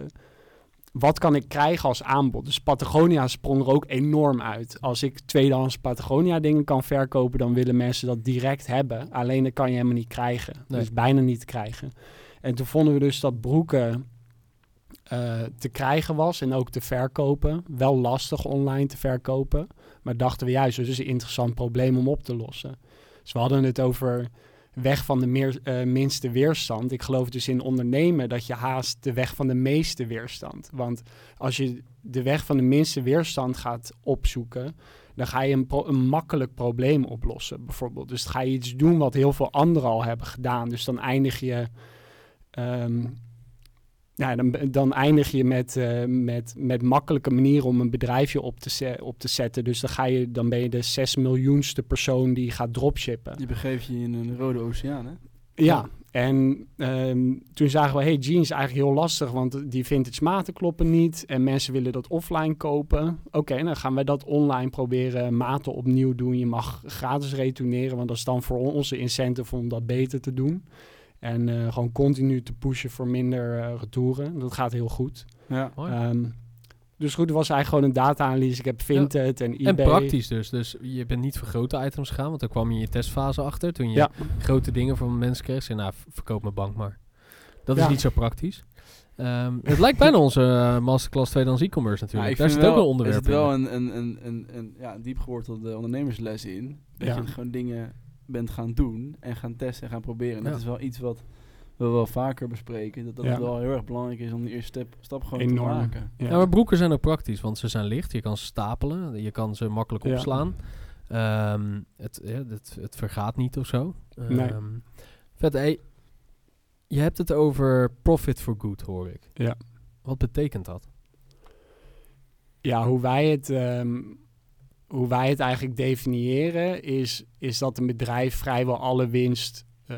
wat kan ik krijgen als aanbod. Dus Patagonia sprong er ook enorm uit. Als ik tweedehands Patagonia dingen kan verkopen, dan willen mensen dat direct hebben. Alleen dat kan je helemaal niet krijgen. Nee. Dus bijna niet te krijgen. En toen vonden we dus dat broeken uh, te krijgen was en ook te verkopen. Wel lastig online te verkopen. Maar dachten we juist, dat is een interessant probleem om op te lossen. Dus we hadden het over weg van de meer, uh, minste weerstand. Ik geloof dus in ondernemen dat je haast de weg van de meeste weerstand. Want als je de weg van de minste weerstand gaat opzoeken, dan ga je een, pro- een makkelijk probleem oplossen, bijvoorbeeld. Dus dan ga je iets doen wat heel veel anderen al hebben gedaan. Dus dan eindig je, um, ja, dan, dan eindig je met, uh, met, met makkelijke manieren om een bedrijfje op te, se- op te zetten. Dus dan, ga je, dan ben je de zes miljoenste persoon die gaat dropshippen. Je begeeft je in een rode oceaan, hè? Ja, ja. En um, toen zagen we, hey, jeans is eigenlijk heel lastig, want die vintage maten kloppen niet en mensen willen dat offline kopen. Oké, okay, dan gaan wij dat online proberen, maten opnieuw doen. Je mag gratis retourneren, want dat is dan voor onze incentive om dat beter te doen. En uh, gewoon continu te pushen voor minder uh, retouren. Dat gaat heel goed. Ja. Um, dus goed, er was eigenlijk gewoon een data-analyse. Ik heb Vinted ja. en eBay. En praktisch dus. Dus je bent niet voor grote items gegaan, want daar kwam je in je testfase achter. Toen je ja. grote dingen van mensen kreeg, zei nou, verkoop mijn bank maar. Dat ja. is niet zo praktisch. Um, het lijkt bijna onze uh, masterclass tweedehands e-commerce natuurlijk. Ja, daar zit ook een onderwerp in. Er zit wel een, een, een, een, een ja, diep gewortelde ondernemersles in. Dat ja. je gewoon dingen bent gaan doen en gaan testen en gaan proberen. En ja. dat is wel iets wat we wel vaker bespreken. Dat, dat ja. het wel heel erg belangrijk is om die eerste step, stap gewoon Enorm. te maken. Ja. Ja, maar broeken zijn ook praktisch, want ze zijn licht. Je kan ze stapelen. Je kan ze makkelijk ja. opslaan. Um, het, ja, het, het vergaat niet of zo. Um, nee. Vet, hey, je hebt het over profit for good, hoor ik. Ja. Wat betekent dat? Ja, hoe wij het... Um, hoe wij het eigenlijk definiëren is, is dat een bedrijf vrijwel alle winst uh,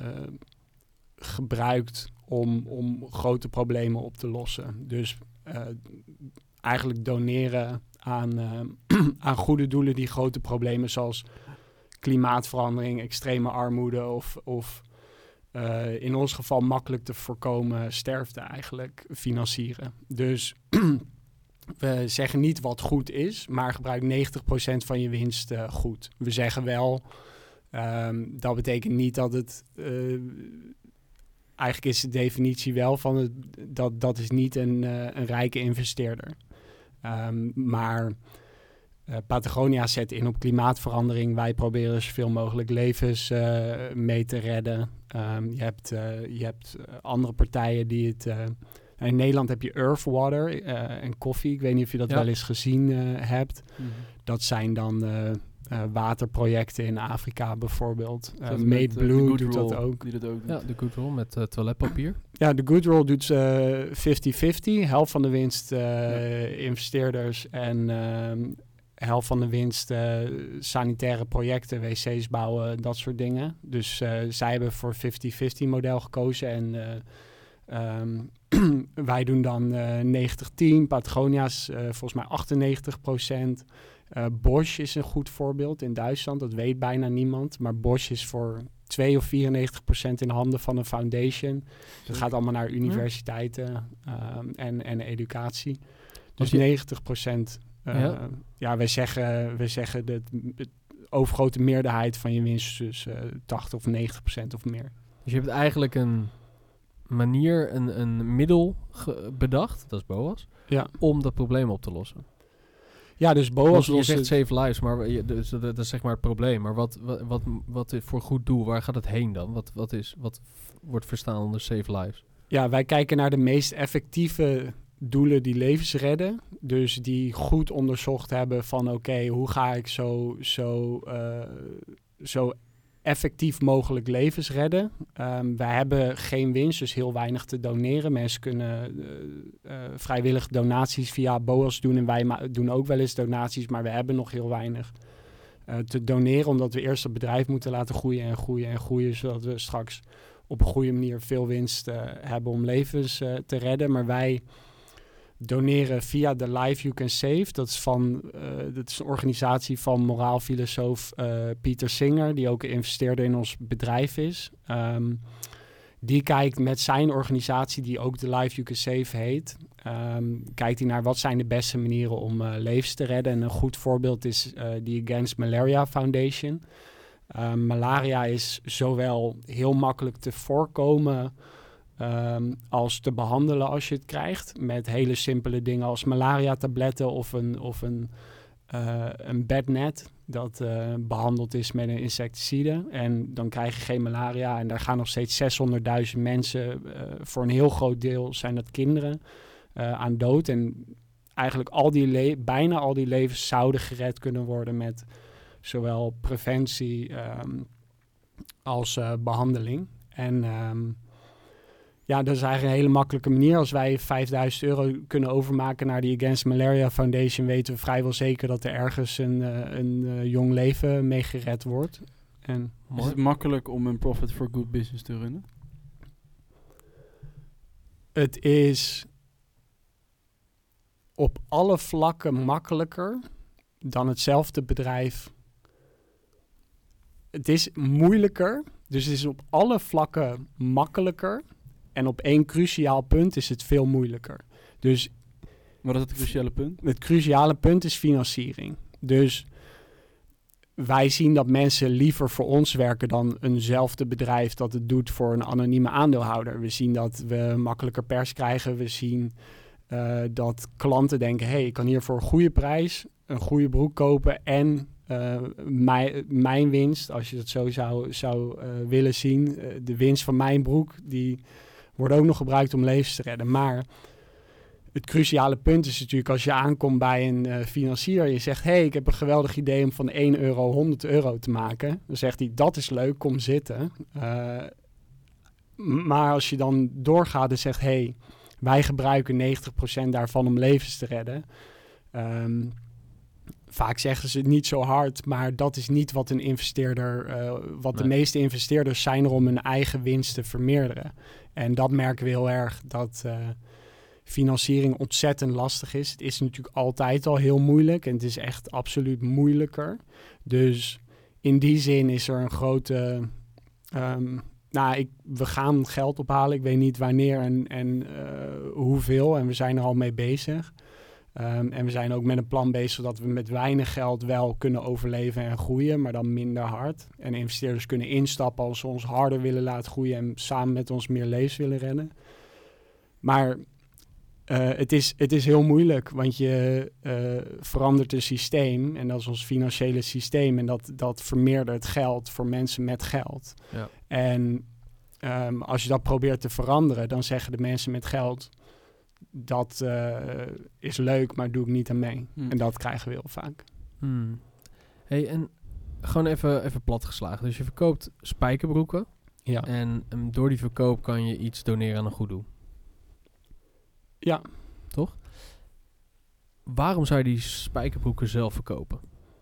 gebruikt om, om grote problemen op te lossen. Dus uh, eigenlijk doneren aan, uh, aan goede doelen die grote problemen zoals klimaatverandering, extreme armoede of, of uh, in ons geval makkelijk te voorkomen sterfte eigenlijk financieren. Dus we zeggen niet wat goed is, maar gebruik negentig procent van je winst uh, goed. We zeggen wel, um, dat betekent niet dat het... Uh, eigenlijk is de definitie wel van het, dat dat is niet een, uh, een rijke investeerder. Um, maar uh, Patagonia zet in op klimaatverandering. Wij proberen zoveel mogelijk levens uh, mee te redden. Um, je hebt, uh, je hebt uh, andere partijen die het... Uh, in Nederland heb je Earthwater uh, en koffie. Ik weet niet of je dat ja. wel eens gezien uh, hebt. Mm-hmm. Dat zijn dan uh, uh, waterprojecten in Afrika bijvoorbeeld. Uh, Made met, Blue uh, doet dat ook. Die dat ook ja, de Good Roll met uh, toiletpapier. Ja, de Good Roll doet uh, vijftig vijftig. Helft van de winst uh, ja. investeerders en uh, helft van de winst uh, sanitaire projecten, wc's bouwen, dat soort dingen. Dus uh, zij hebben voor vijftig vijftig model gekozen en... Uh, Um, wij doen dan uh, negentig tien, Patagonia's uh, volgens mij achtennegentig procent. Uh, Bosch is een goed voorbeeld in Duitsland, dat weet bijna niemand. Maar Bosch is voor twee of vierennegentig procent in handen van een foundation. Dat gaat allemaal naar universiteiten um, en, en educatie. Dus negentig procent, uh, ja. ja, wij zeggen, wij zeggen de, de overgrote meerderheid van je winst, dus uh, tachtig of negentig procent of meer. Dus je hebt eigenlijk een... manier, een, een middel ge- bedacht, dat is Boas, Ja. om dat probleem op te lossen. Ja, dus Boas Want je lost zegt het- save lives, maar je, dus, dat, dat is zeg maar het probleem. Maar wat, wat, wat, wat is voor goed doel, waar gaat het heen dan? Wat, wat, is, wat f- wordt verstaan onder save lives? Ja, wij kijken naar de meest effectieve doelen die levens redden. Dus die goed onderzocht hebben van oké, hoe ga ik zo, zo, uh, zo effectief mogelijk levens redden. Um, wij hebben geen winst, dus heel weinig te doneren. Mensen kunnen uh, uh, vrijwillig donaties via Boas doen en wij ma- doen ook wel eens donaties, maar we hebben nog heel weinig uh, te doneren, omdat we eerst het bedrijf moeten laten groeien en groeien en groeien, zodat we straks op een goede manier veel winst uh, hebben om levens uh, te redden. Maar wij doneren via de Life You Can Save. Dat is, van, uh, dat is een organisatie van moraalfilosoof uh, Pieter Singer, die ook een investeerder in ons bedrijf is. Um, die kijkt met zijn organisatie, die ook de Life You Can Save heet, um, kijkt hij naar wat zijn de beste manieren om uh, levens te redden. En een goed voorbeeld is uh, de Against Malaria Foundation. Uh, malaria is zowel heel makkelijk te voorkomen um, als te behandelen als je het krijgt. Met hele simpele dingen als malaria-tabletten of een, of een, uh, een bednet dat uh, behandeld is met een insecticide. En dan krijg je geen malaria. En daar gaan nog steeds zeshonderdduizend mensen, uh, voor een heel groot deel zijn dat kinderen, uh, aan dood. En eigenlijk al die le- bijna al die levens zouden gered kunnen worden met zowel preventie um, als uh, behandeling. En um, ja, dat is eigenlijk een hele makkelijke manier. Als wij vijfduizend euro kunnen overmaken naar die Against Malaria Foundation, weten we vrijwel zeker dat er ergens een, uh, een uh, jong leven mee gered wordt. En is het makkelijk om een profit for good business te runnen? Het is op alle vlakken makkelijker dan hetzelfde bedrijf. Het is moeilijker, dus het is op alle vlakken makkelijker. En op één cruciaal punt is het veel moeilijker. Dus Wat is het cruciale punt? het cruciale punt is financiering. Dus wij zien dat mensen liever voor ons werken dan eenzelfde bedrijf dat het doet voor een anonieme aandeelhouder. We zien dat we makkelijker pers krijgen. We zien uh, dat klanten denken, hé, hey, ik kan hier voor een goede prijs een goede broek kopen en uh, mijn, mijn winst, als je dat zo zou, zou uh, willen zien, uh, de winst van mijn broek, die wordt ook nog gebruikt om levens te redden. Maar het cruciale punt is natuurlijk als je aankomt bij een uh, financier en je zegt, hé, hey, ik heb een geweldig idee om van één euro honderd euro te maken. Dan zegt hij, dat is leuk, kom zitten. Uh, maar als je dan doorgaat en zegt, hé, hey, wij gebruiken negentig procent daarvan om levens te redden. Um, vaak zeggen ze het niet zo hard, maar dat is niet wat een investeerder, uh, wat nee. de meeste investeerders zijn er om hun eigen winst te vermeerderen. En dat merken we heel erg, dat uh, financiering ontzettend lastig is. Het is natuurlijk altijd al heel moeilijk en het is echt absoluut moeilijker. Dus in die zin is er een grote... Um, nou, ik, we gaan geld ophalen. Ik weet niet wanneer en, en uh, hoeveel. En we zijn er al mee bezig. Um, en we zijn ook met een plan bezig dat we met weinig geld wel kunnen overleven en groeien, maar dan minder hard. En investeerders kunnen instappen als ze ons harder willen laten groeien en samen met ons meer levens willen redden. Maar uh, het, is, het is heel moeilijk, want je uh, verandert een systeem en dat is ons financiële systeem en dat, dat vermeerdert geld voor mensen met geld. Ja. En um, als je dat probeert te veranderen, dan zeggen de mensen met geld, dat uh, is leuk, maar doe ik niet aan mee. Hmm. En dat krijgen we heel vaak. Hmm. Hey, en gewoon even, even platgeslagen. Dus je verkoopt spijkerbroeken. Ja. En um, door die verkoop kan je iets doneren aan een goed doel. Ja. Toch? Waarom zou je die spijkerbroeken zelf verkopen?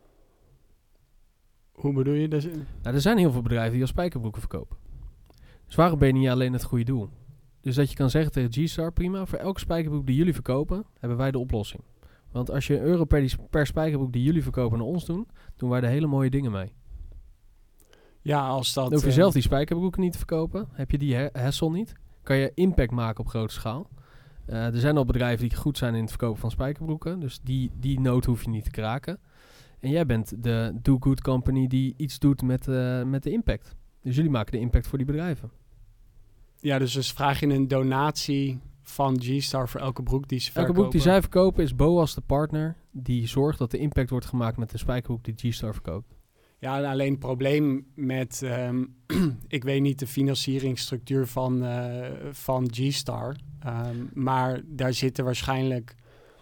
Hoe bedoel je dat? Nou, er zijn heel veel bedrijven die al spijkerbroeken verkopen. Dus waarom ben je niet alleen het goede doel? Dus dat je kan zeggen tegen G-Star, prima, voor elke spijkerbroek die jullie verkopen, hebben wij de oplossing. Want als je een euro per, die, per spijkerbroek die jullie verkopen naar ons doen, doen wij er hele mooie dingen mee. Ja, als dat... Dan hoef je uh, zelf die spijkerbroeken niet te verkopen. Heb je die hassle niet. Kan je impact maken op grote schaal. Uh, er zijn al bedrijven die goed zijn in het verkopen van spijkerbroeken. Dus die, die nood hoef je niet te kraken. En jij bent de do-good company die iets doet met, uh, met de impact. Dus jullie maken de impact voor die bedrijven. Ja, dus, dus vraag je een donatie van G-Star voor elke broek die ze verkopen. Elke broek die zij verkopen is Boas de partner die zorgt dat de impact wordt gemaakt met de spijkerbroek die G-Star verkoopt. Ja, alleen het probleem met, um, ik weet niet de financieringsstructuur van, uh, van G-Star, um, maar daar zitten waarschijnlijk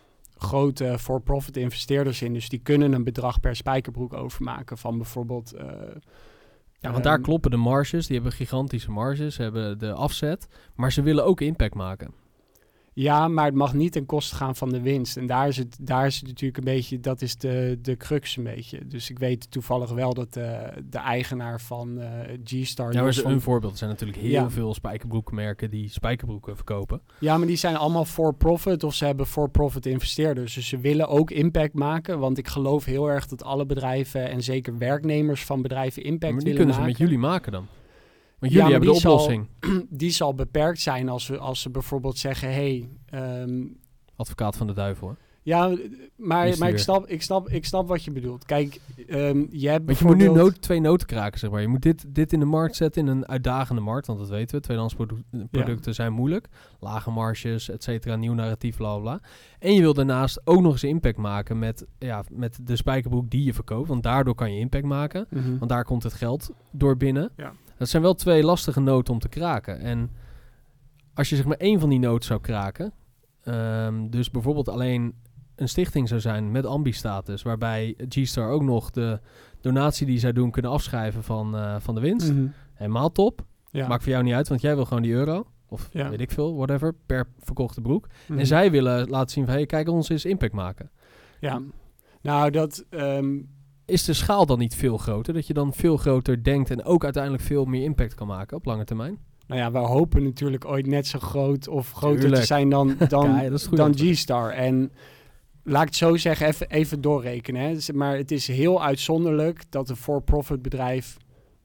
grote for-profit investeerders in. Dus die kunnen een bedrag per spijkerbroek overmaken van bijvoorbeeld... Uh, Ja, want daar kloppen de marges. Die hebben gigantische marges. Ze hebben de afzet. Maar ze willen ook impact maken. Ja, maar het mag niet ten koste gaan van de winst. En daar is het, daar is het natuurlijk een beetje... Dat is de, de crux een beetje. Dus ik weet toevallig wel dat uh, de eigenaar van uh, G-Star... Ja, maar is van, een voorbeeld. Er zijn natuurlijk heel ja. veel spijkerbroekmerken die spijkerbroeken verkopen. Ja, maar die zijn allemaal for-profit of ze hebben for-profit investeerders. Dus ze willen ook impact maken. Want ik geloof heel erg dat alle bedrijven en zeker werknemers van bedrijven impact maar die willen kunnen maken. ze met jullie maken dan. Want Ja, jullie maar hebben de die oplossing. Zal, die zal beperkt zijn als, we, als ze bijvoorbeeld zeggen... Hey, um, Advocaat van de duivel, hè? ja, maar, Is maar ik, weer. snap, ik, snap, ik snap wat je bedoelt. Kijk, um, je hebt Want je moet nu bijvoorbeeld... noot, twee noten kraken, zeg maar. Je moet dit, dit in de markt zetten in een uitdagende markt. Want dat weten we. Tweedehands produ- producten zijn moeilijk. Lage marges, et cetera. Nieuw narratief, bla, bla. En je wil daarnaast ook nog eens impact maken met, ja, met de spijkerbroek die je verkoopt. Want daardoor kan je impact maken. Mm-hmm. Want daar komt het geld door binnen. Ja. Dat zijn wel twee lastige noten om te kraken. En als je zeg maar één van die noten zou kraken... Um, dus bijvoorbeeld alleen een stichting zou zijn met ambi-status... waarbij G-Star ook nog de donatie die zij doen kunnen afschrijven van, uh, van de winst. Mm-hmm. Helemaal top. Ja. Maakt voor jou niet uit, want jij wil gewoon die euro. Of Ja. weet ik veel, whatever, per verkochte broek. Mm-hmm. En zij willen laten zien van... hey, kijk, ons eens impact maken. Ja, nou dat... Um, Is de schaal dan niet veel groter? Dat je dan veel groter denkt... en ook uiteindelijk veel meer impact kan maken op lange termijn? Nou ja, we hopen natuurlijk ooit net zo groot of groter Tuurlijk. te zijn dan, dan, Ja, dat is goed dan antwoord. G-Star. En laat ik het zo zeggen, even, even doorrekenen. Hè. Maar het is heel uitzonderlijk dat een for-profit bedrijf...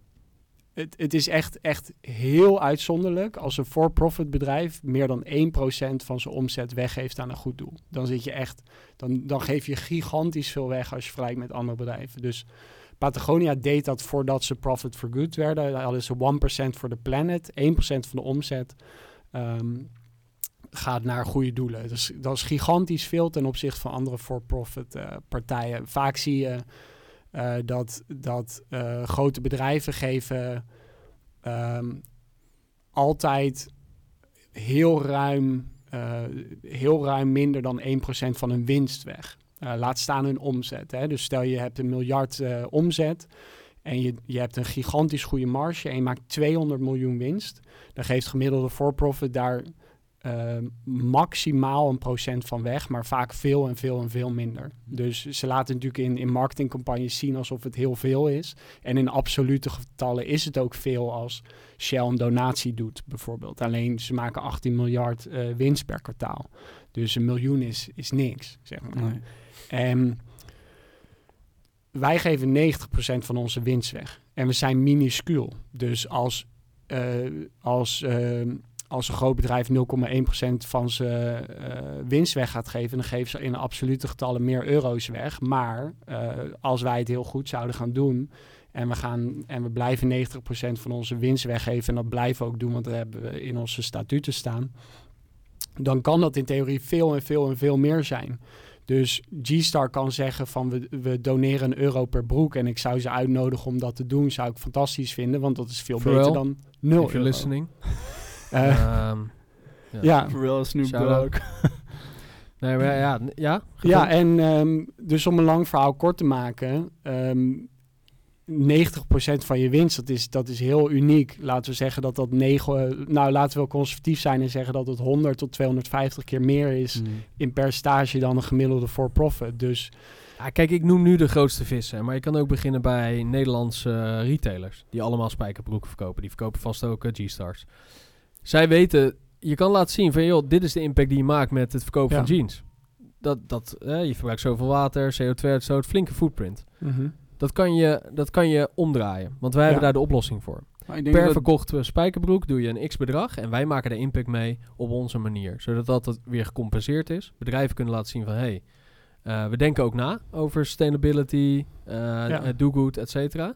Het, het is echt, echt heel uitzonderlijk als een for-profit bedrijf... meer dan één procent van zijn omzet weggeeft aan een goed doel. Dan zit je echt... Dan, dan geef je gigantisch veel weg als je vergelijkt met andere bedrijven. Dus... Patagonia deed dat voordat ze Profit for Good werden. Daar hadden ze één procent voor de planet. één procent van de omzet um, gaat naar goede doelen. Dus dat is gigantisch veel ten opzichte van andere for-profit uh, partijen. Vaak zie je uh, dat, dat uh, grote bedrijven geven um, altijd heel ruim, uh, heel ruim minder dan één procent van hun winst weg. Uh, laat staan hun omzet. Hè? Dus stel je hebt een miljard uh, omzet en je, je hebt een gigantisch goede marge en je maakt tweehonderd miljoen winst. Dan geeft gemiddelde for-profit daar uh, maximaal een procent van weg, maar vaak veel en veel en veel minder. Dus ze laten natuurlijk in, in marketingcampagnes zien alsof het heel veel is. En in absolute getallen is het ook veel als Shell een donatie doet bijvoorbeeld. Alleen ze maken achttien miljard uh, winst per kwartaal. Dus een miljoen is, is niks, zeg maar. Nee. En wij geven negentig procent van onze winst weg. En we zijn minuscuul. Dus als, uh, als, uh, als een groot bedrijf nul komma één procent van zijn uh, winst weg gaat geven... dan geven ze in absolute getallen meer euro's weg. Maar uh, als wij het heel goed zouden gaan doen... en we, gaan, en we blijven negentig procent van onze winst weggeven... en dat blijven we ook doen, want dat hebben we in onze statuten staan... dan kan dat in theorie veel en veel en veel meer zijn... Dus G-Star kan zeggen van we, we doneren een euro per broek... en ik zou ze uitnodigen om dat te doen. Zou ik fantastisch vinden, want dat is veel Pharrell, beter dan nul If you're euro. listening. Uh, um, ja. ja, For real, Snoop Shout-out. Dogg. Nee, maar ja, n- ja, ja, en um, dus om een lang verhaal kort te maken... Um, negentig procent van je winst, dat is, dat is heel uniek. Laten we zeggen dat dat negen... Nou, laten we wel conservatief zijn en zeggen dat het honderd tot tweehonderdvijftig keer meer is... Mm. in percentage dan een gemiddelde for-profit. Dus Ja, kijk, ik noem nu de grootste vissen. Maar je kan ook beginnen bij Nederlandse uh, retailers. Die allemaal spijkerbroeken verkopen. Die verkopen vast ook uh, G-Stars. Zij weten, je kan laten zien van... joh, dit is de impact die je maakt met het verkopen Ja. van jeans. Dat, dat, eh, je verbruikt zoveel water, C O twee uitstoot, flinke footprint. mm-hmm. Dat kan je, dat kan je omdraaien. Want wij Ja. hebben daar de oplossing voor. Maar ik denk Per dat verkochte spijkerbroek doe je een x-bedrag... en wij maken de impact mee op onze manier. Zodat dat het weer gecompenseerd is. Bedrijven kunnen laten zien van... hey, uh, we denken ook na over sustainability, uh, Ja. uh, do good, et cetera.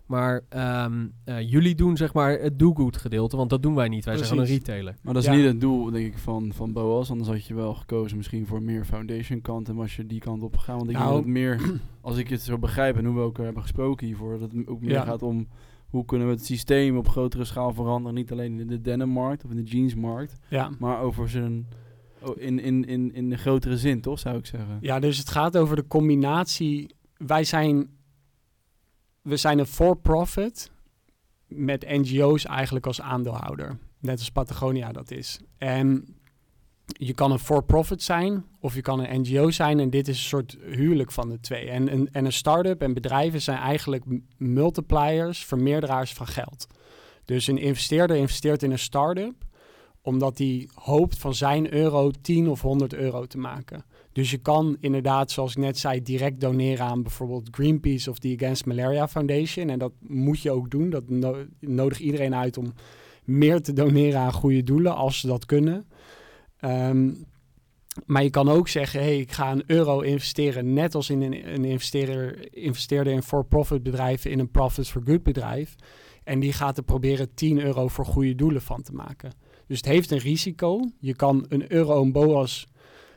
Maar um, uh, jullie doen zeg maar het do-good gedeelte, want dat doen wij niet. Wij Precies. zijn gewoon een retailer. Maar dat is Ja. niet het doel, denk ik, van, van Boas. Anders had je wel gekozen misschien voor meer foundation kant. En was je die kant op gegaan. Want ik Nou, denk dat het meer, als ik het zo begrijp en hoe we ook hebben gesproken hiervoor, dat het ook meer Ja. gaat om hoe kunnen we het systeem op grotere schaal veranderen. Niet alleen in de denimmarkt of in de jeansmarkt, Ja. maar over zijn, oh, in, in, in, in de grotere zin, toch, zou ik zeggen. Ja, dus het gaat over de combinatie. Wij zijn, we zijn een for-profit met N G O's eigenlijk als aandeelhouder. Net als Patagonia dat is. En je kan een for-profit zijn of je kan een N G O zijn. En dit is een soort huwelijk van de twee. En, en, en een start-up en bedrijven zijn eigenlijk m- multipliers, vermeerderaars van geld. Dus een investeerder investeert in een start-up omdat hij hoopt van zijn euro tien of honderd euro te maken. Dus je kan inderdaad, zoals ik net zei, direct doneren aan bijvoorbeeld Greenpeace of de Against Malaria Foundation. En dat moet je ook doen. Dat no- nodig iedereen uit om meer te doneren aan goede doelen als ze dat kunnen. Um, maar je kan ook zeggen, hey, ik ga een euro investeren, net als in een, een investeerder, investeerder in for-profit bedrijven, in een profits for good bedrijf. En die gaat er proberen tien euro voor goede doelen van te maken. Dus het heeft een risico. Je kan een euro in Boas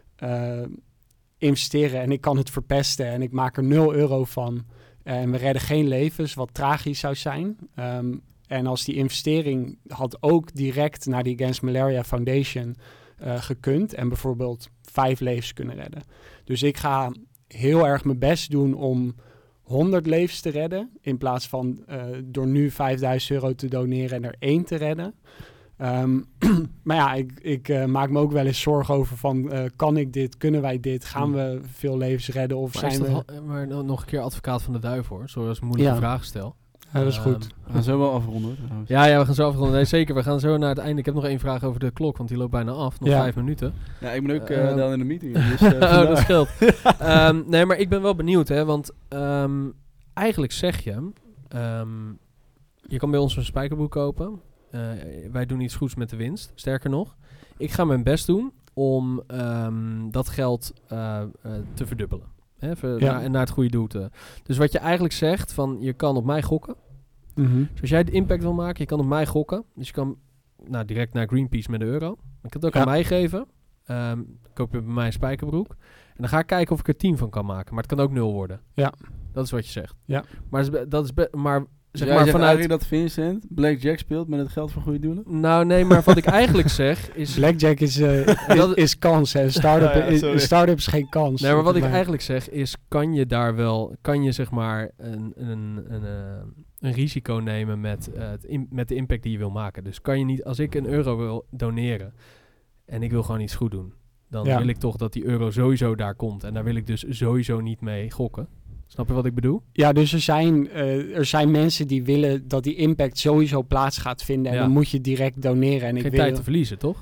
uh, investeren en ik kan het verpesten en ik maak er nul euro van. En we redden geen levens, wat tragisch zou zijn. Um, en als die investering had ook direct naar die Against Malaria Foundation uh, gekund en bijvoorbeeld vijf levens kunnen redden. Dus ik ga heel erg mijn best doen om honderd levens te redden in plaats van uh, door nu vijfduizend euro te doneren en er één te redden. Um, maar ja, ik, ik uh, maak me ook wel eens zorgen over van, uh, kan ik dit, kunnen wij dit, gaan we veel levens redden of Maar, zijn is dat we... ha- maar no- nog een keer advocaat van de duivel hoor. Sorry als ik een moeilijke Ja. vraag stel. Ja, dat is Ehm, goed. We gaan zo wel afronden, hoor, trouwens. Ja, ja, we gaan zo afronden. Nee, zeker. We gaan zo naar het einde. Ik heb nog één vraag over de klok, want die loopt bijna af. Nog Ja. vijf minuten. Ja, ik ben ook Ehm, uh, dan in de meeting. Dus, uh, Oh, dat vandaar. scheelt. um, nee, maar ik ben wel benieuwd, hè. Want um, eigenlijk zeg je... Um, je kan bij ons een spijkerboek kopen. Uh, wij doen iets goeds met de winst. Sterker nog. Ik ga mijn best doen om um, dat geld uh, uh, te verdubbelen. Hè, ver, Ja. naar, naar het goede doel te. Dus wat je eigenlijk zegt, van je kan op mij gokken. Mm-hmm. Dus als jij de impact wil maken, je kan op mij gokken. Dus je kan nou, direct naar Greenpeace met de euro. Je kan het ook Ja. aan mij geven. Um, koop je bij mij een spijkerbroek. En dan ga ik kijken of ik er tien van kan maken. Maar het kan ook nul worden. Ja. Dat is wat je zegt. Ja. Maar, dat is be- dat is be- maar Dus zeg jij maar zegt vanuit... eigenlijk dat Vincent Blackjack speelt met het geld voor goede doelen? Nou nee, maar wat ik eigenlijk zeg is... Blackjack is, uh, is, Dat- is kans. Hè. Een start-up, Ja, ja, is, sorry. een start-up is geen kans. Nee, maar wat ik Maar- eigenlijk zeg is, kan je daar wel, kan je zeg maar een, een, een, uh, een risico nemen met, uh, het in, met de impact die je wil maken. Dus kan je niet, als ik een euro wil doneren en ik wil gewoon iets goed doen, dan Ja. wil ik toch dat die euro sowieso daar komt. En daar wil ik dus sowieso niet mee gokken. Snap je wat ik bedoel? Ja, dus er zijn, uh, er zijn mensen die willen dat die impact sowieso plaats gaat vinden. En Ja. dan moet je direct doneren. En ik Geen wil, tijd te verliezen, toch?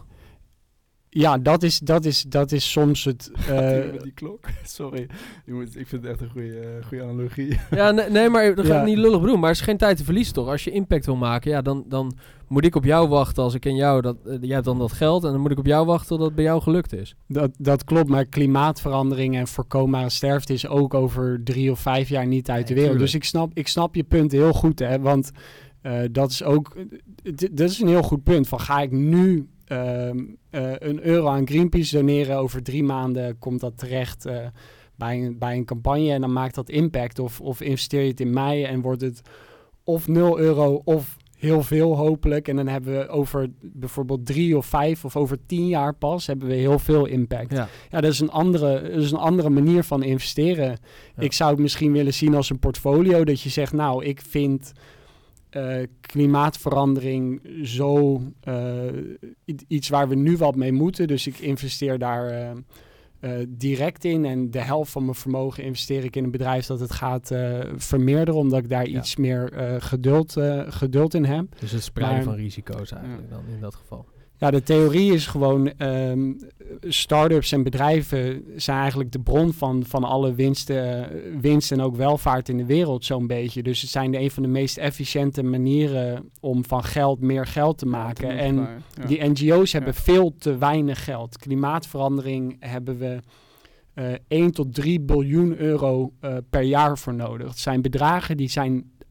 Ja, dat is, dat, is, dat is soms het... uh, met die klok. Sorry. Je moet, ik vind het echt een goede, uh, goede analogie. Ja, nee, nee maar dat ga Ja. ik niet lullig bedoelen. Maar er is geen tijd te verliezen, toch? Als je impact wil maken, ja, dan, dan moet ik op jou wachten als ik en jou... Dat, uh, jij hebt dan dat geld en dan moet ik op jou wachten tot het bij jou gelukt is. Dat, dat klopt, maar klimaatverandering en voorkombare sterfte is ook over drie of vijf jaar niet uit Nee, de wereld. tuurlijk. Dus ik snap, ik snap je punt heel goed, hè, want uh, dat is ook, d- dat is een heel goed punt. Van ga ik nu um, uh, een euro aan Greenpeace doneren, over drie maanden komt dat terecht uh, bij, een, bij een campagne en dan maakt dat impact. Of, of investeer je het in mij en wordt het of nul euro of heel veel hopelijk. En dan hebben we over bijvoorbeeld drie of vijf of over tien jaar pas hebben we heel veel impact. Ja. Ja, dat is een andere, dat is een andere manier van investeren. Ja. Ik zou het misschien willen zien als een portfolio. Dat je zegt, nou, ik vind uh, klimaatverandering zo uh, iets waar we nu wat mee moeten. Dus ik investeer daar uh, uh, direct in. En de helft van mijn vermogen investeer ik in een bedrijf dat het gaat uh, vermeerderen. Omdat ik daar Ja. iets meer uh, geduld, uh, geduld in heb. Dus het spreiden Maar- van risico's eigenlijk dan in dat geval. Ja, de theorie is gewoon, um, start-ups en bedrijven zijn eigenlijk de bron van, van alle winst, uh, winst en ook welvaart in de wereld zo'n beetje. Dus het zijn de, een van de meest efficiënte manieren om van geld meer geld te maken. En Ja. die N G O's hebben Ja. veel te weinig geld. Klimaatverandering hebben we uh, één tot drie biljoen euro uh, per jaar voor nodig. Het zijn bedragen die zijn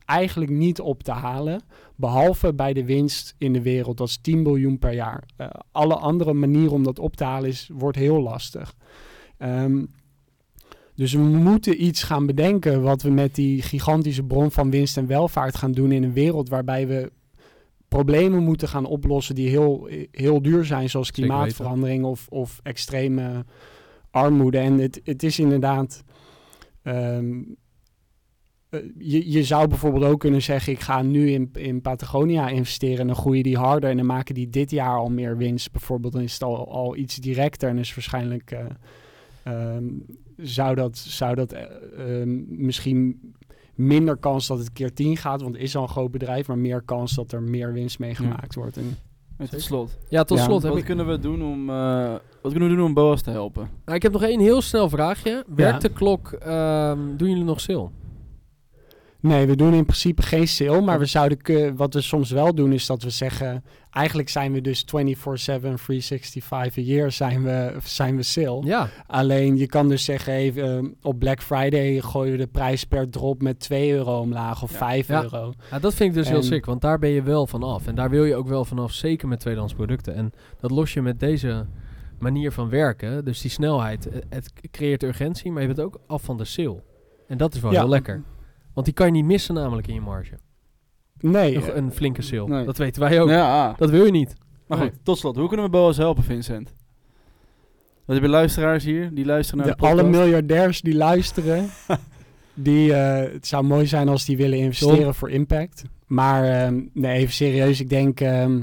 eigenlijk niet op te halen. Behalve bij de winst in de wereld. Dat is tien biljoen per jaar. Uh, alle andere manieren om dat op te halen is, wordt heel lastig. Um, dus we moeten iets gaan bedenken wat we met die gigantische bron van winst en welvaart gaan doen in een wereld waarbij we problemen moeten gaan oplossen die heel, heel duur zijn, zoals klimaatverandering of, of extreme armoede. En het, het is inderdaad... Um, uh, je, je zou bijvoorbeeld ook kunnen zeggen, ik ga nu in, in Patagonia investeren en dan groeien die harder en dan maken die dit jaar al meer winst. Bijvoorbeeld, dan is het al, al iets directer en is waarschijnlijk... Uh, um, zou dat, zou dat uh, uh, misschien minder kans dat het keer tien gaat, want het is al een groot bedrijf, maar meer kans dat er meer winst mee gemaakt ja. wordt. En en tot slot. Ja, tot ja. slot. Wat heb kunnen we doen om, uh, wat kunnen we doen om B O A S te helpen? Nou, ik heb nog één heel snel vraagje. Werkt ja. de klok? Um, doen jullie nog sale? Nee, we doen in principe geen sale, maar we zouden k- wat we soms wel doen is dat we zeggen, eigenlijk zijn we dus vierentwintig zeven, driehonderdzesenzestig a year zijn we, zijn we sale. Ja. Alleen je kan dus zeggen, even, uh, op Black Friday gooien we de prijs per drop met twee euro omlaag of ja. vijf ja. euro. Ja, dat vind ik dus en, heel sick, want daar ben je wel van af. En daar wil je ook wel vanaf, zeker met tweedehands producten. En dat los je met deze manier van werken, dus die snelheid. Het creëert urgentie, maar je bent ook af van de sale. En dat is wel ja. heel lekker. Want die kan je niet missen namelijk in je marge. Nee. Nog een flinke sale. Nee. Dat weten wij ook. Ja, ah. Dat wil je niet. Maar nee. goed, tot slot. Hoe kunnen we B O A S helpen, Vincent? We hebben luisteraars hier, die luisteren naar de, de alle miljardairs die luisteren. die, uh, het zou mooi zijn als die willen investeren Tom. voor impact. Maar um, nee, even serieus. Ik denk... Um,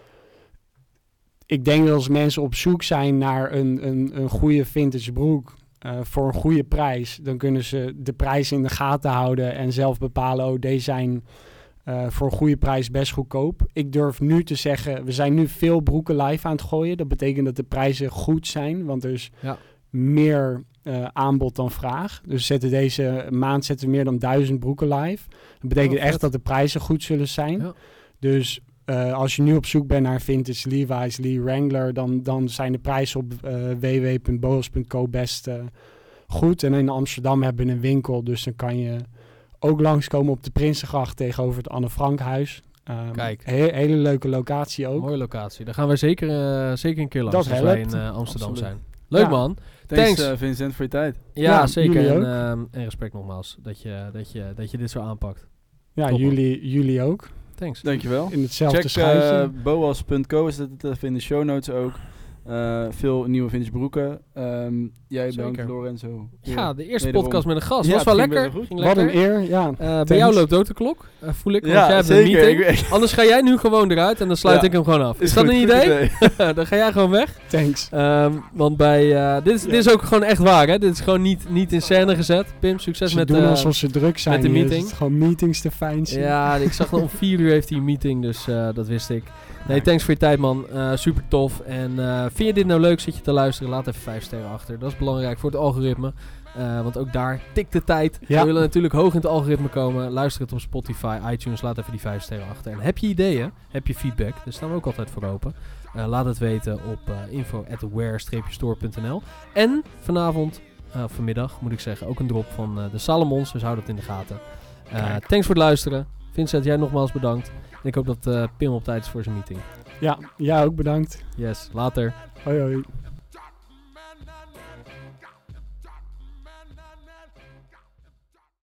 ik denk dat als mensen op zoek zijn naar een, een, een goede vintage broek... Uh, voor een goede prijs, dan kunnen ze de prijs in de gaten houden en zelf bepalen, oh, deze zijn uh, voor een goede prijs best goedkoop. Ik durf nu te zeggen, we zijn nu veel broeken live aan het gooien. Dat betekent dat de prijzen goed zijn, want er is ja. meer uh, aanbod dan vraag. Dus zetten deze maand zetten we meer dan duizend broeken live. Dat betekent oh, echt dat de prijzen goed zullen zijn. Ja. Dus uh, als je nu op zoek bent naar vintage Levi's, Lee Wrangler, dan, dan zijn de prijzen op uh, w w w punt boas punt co best uh, goed. En in Amsterdam hebben we een winkel, dus dan kan je ook langskomen op de Prinsengracht tegenover het Anne Frankhuis. Um, Kijk. He- hele leuke locatie ook. Mooie locatie. Daar gaan we zeker, uh, zeker een keer langs Dat als helpt. wij in uh, Amsterdam Absoluut. zijn. Leuk ja. man. Thanks, Thanks. Uh, Vincent, voor je tijd. Ja, ja zeker. En, ook. uh, en respect nogmaals dat je, dat, je, dat je dit zo aanpakt. Ja, Top, jullie, jullie ook. Thanks. Dankjewel. In hetzelfde Check schuitje. uh, boas punt co is dat te vinden in de show notes ook. Uh, veel nieuwe vintage broeken. Um, jij bedankt, Lorenzo. Ja, de eerste wederom. podcast met een gast. Ja, was wel ging lekker. goed. Ging Wat lekker. een eer, ja. Uh, bij jou loopt ook de klok, uh, voel ik. Want ja, jij hebt zeker. een meeting. Ik, Anders ga jij nu gewoon eruit en dan sluit ja. ik hem gewoon af. Is, is dat goed, een idee? idee. Dan ga jij gewoon weg. Thanks. Um, want bij... Uh, dit, is, ja. dit is ook gewoon echt waar, hè? Dit is gewoon niet, niet in scène gezet. Pim, succes ze met, doen uh, alsof ze druk zijn met de meeting. Is het gewoon meetings te fijn zien. Ja, ik zag dat om vier uur heeft hij een meeting, dus uh, dat wist ik. Nee, thanks voor je tijd, man. Uh, super tof. En uh, vind je dit nou leuk? Zit je te luisteren? Laat even vijf sterren achter. Dat is belangrijk voor het algoritme. Uh, want ook daar tikt de tijd. Ja. We willen natuurlijk hoog in het algoritme komen. Luister het op Spotify, iTunes. Laat even die vijf sterren achter. En heb je ideeën? Heb je feedback? Daar staan we ook altijd voor open. Uh, laat het weten op uh, info at where store punt n l. En vanavond, uh, vanmiddag moet ik zeggen, ook een drop van uh, de Salomons. Dus hou dat in de gaten. Uh, thanks voor het luisteren. Vincent, jij nogmaals bedankt. En ik hoop dat uh, Pim op tijd is voor zijn meeting. Ja, jij ook bedankt. Yes, later. Hoi hoi.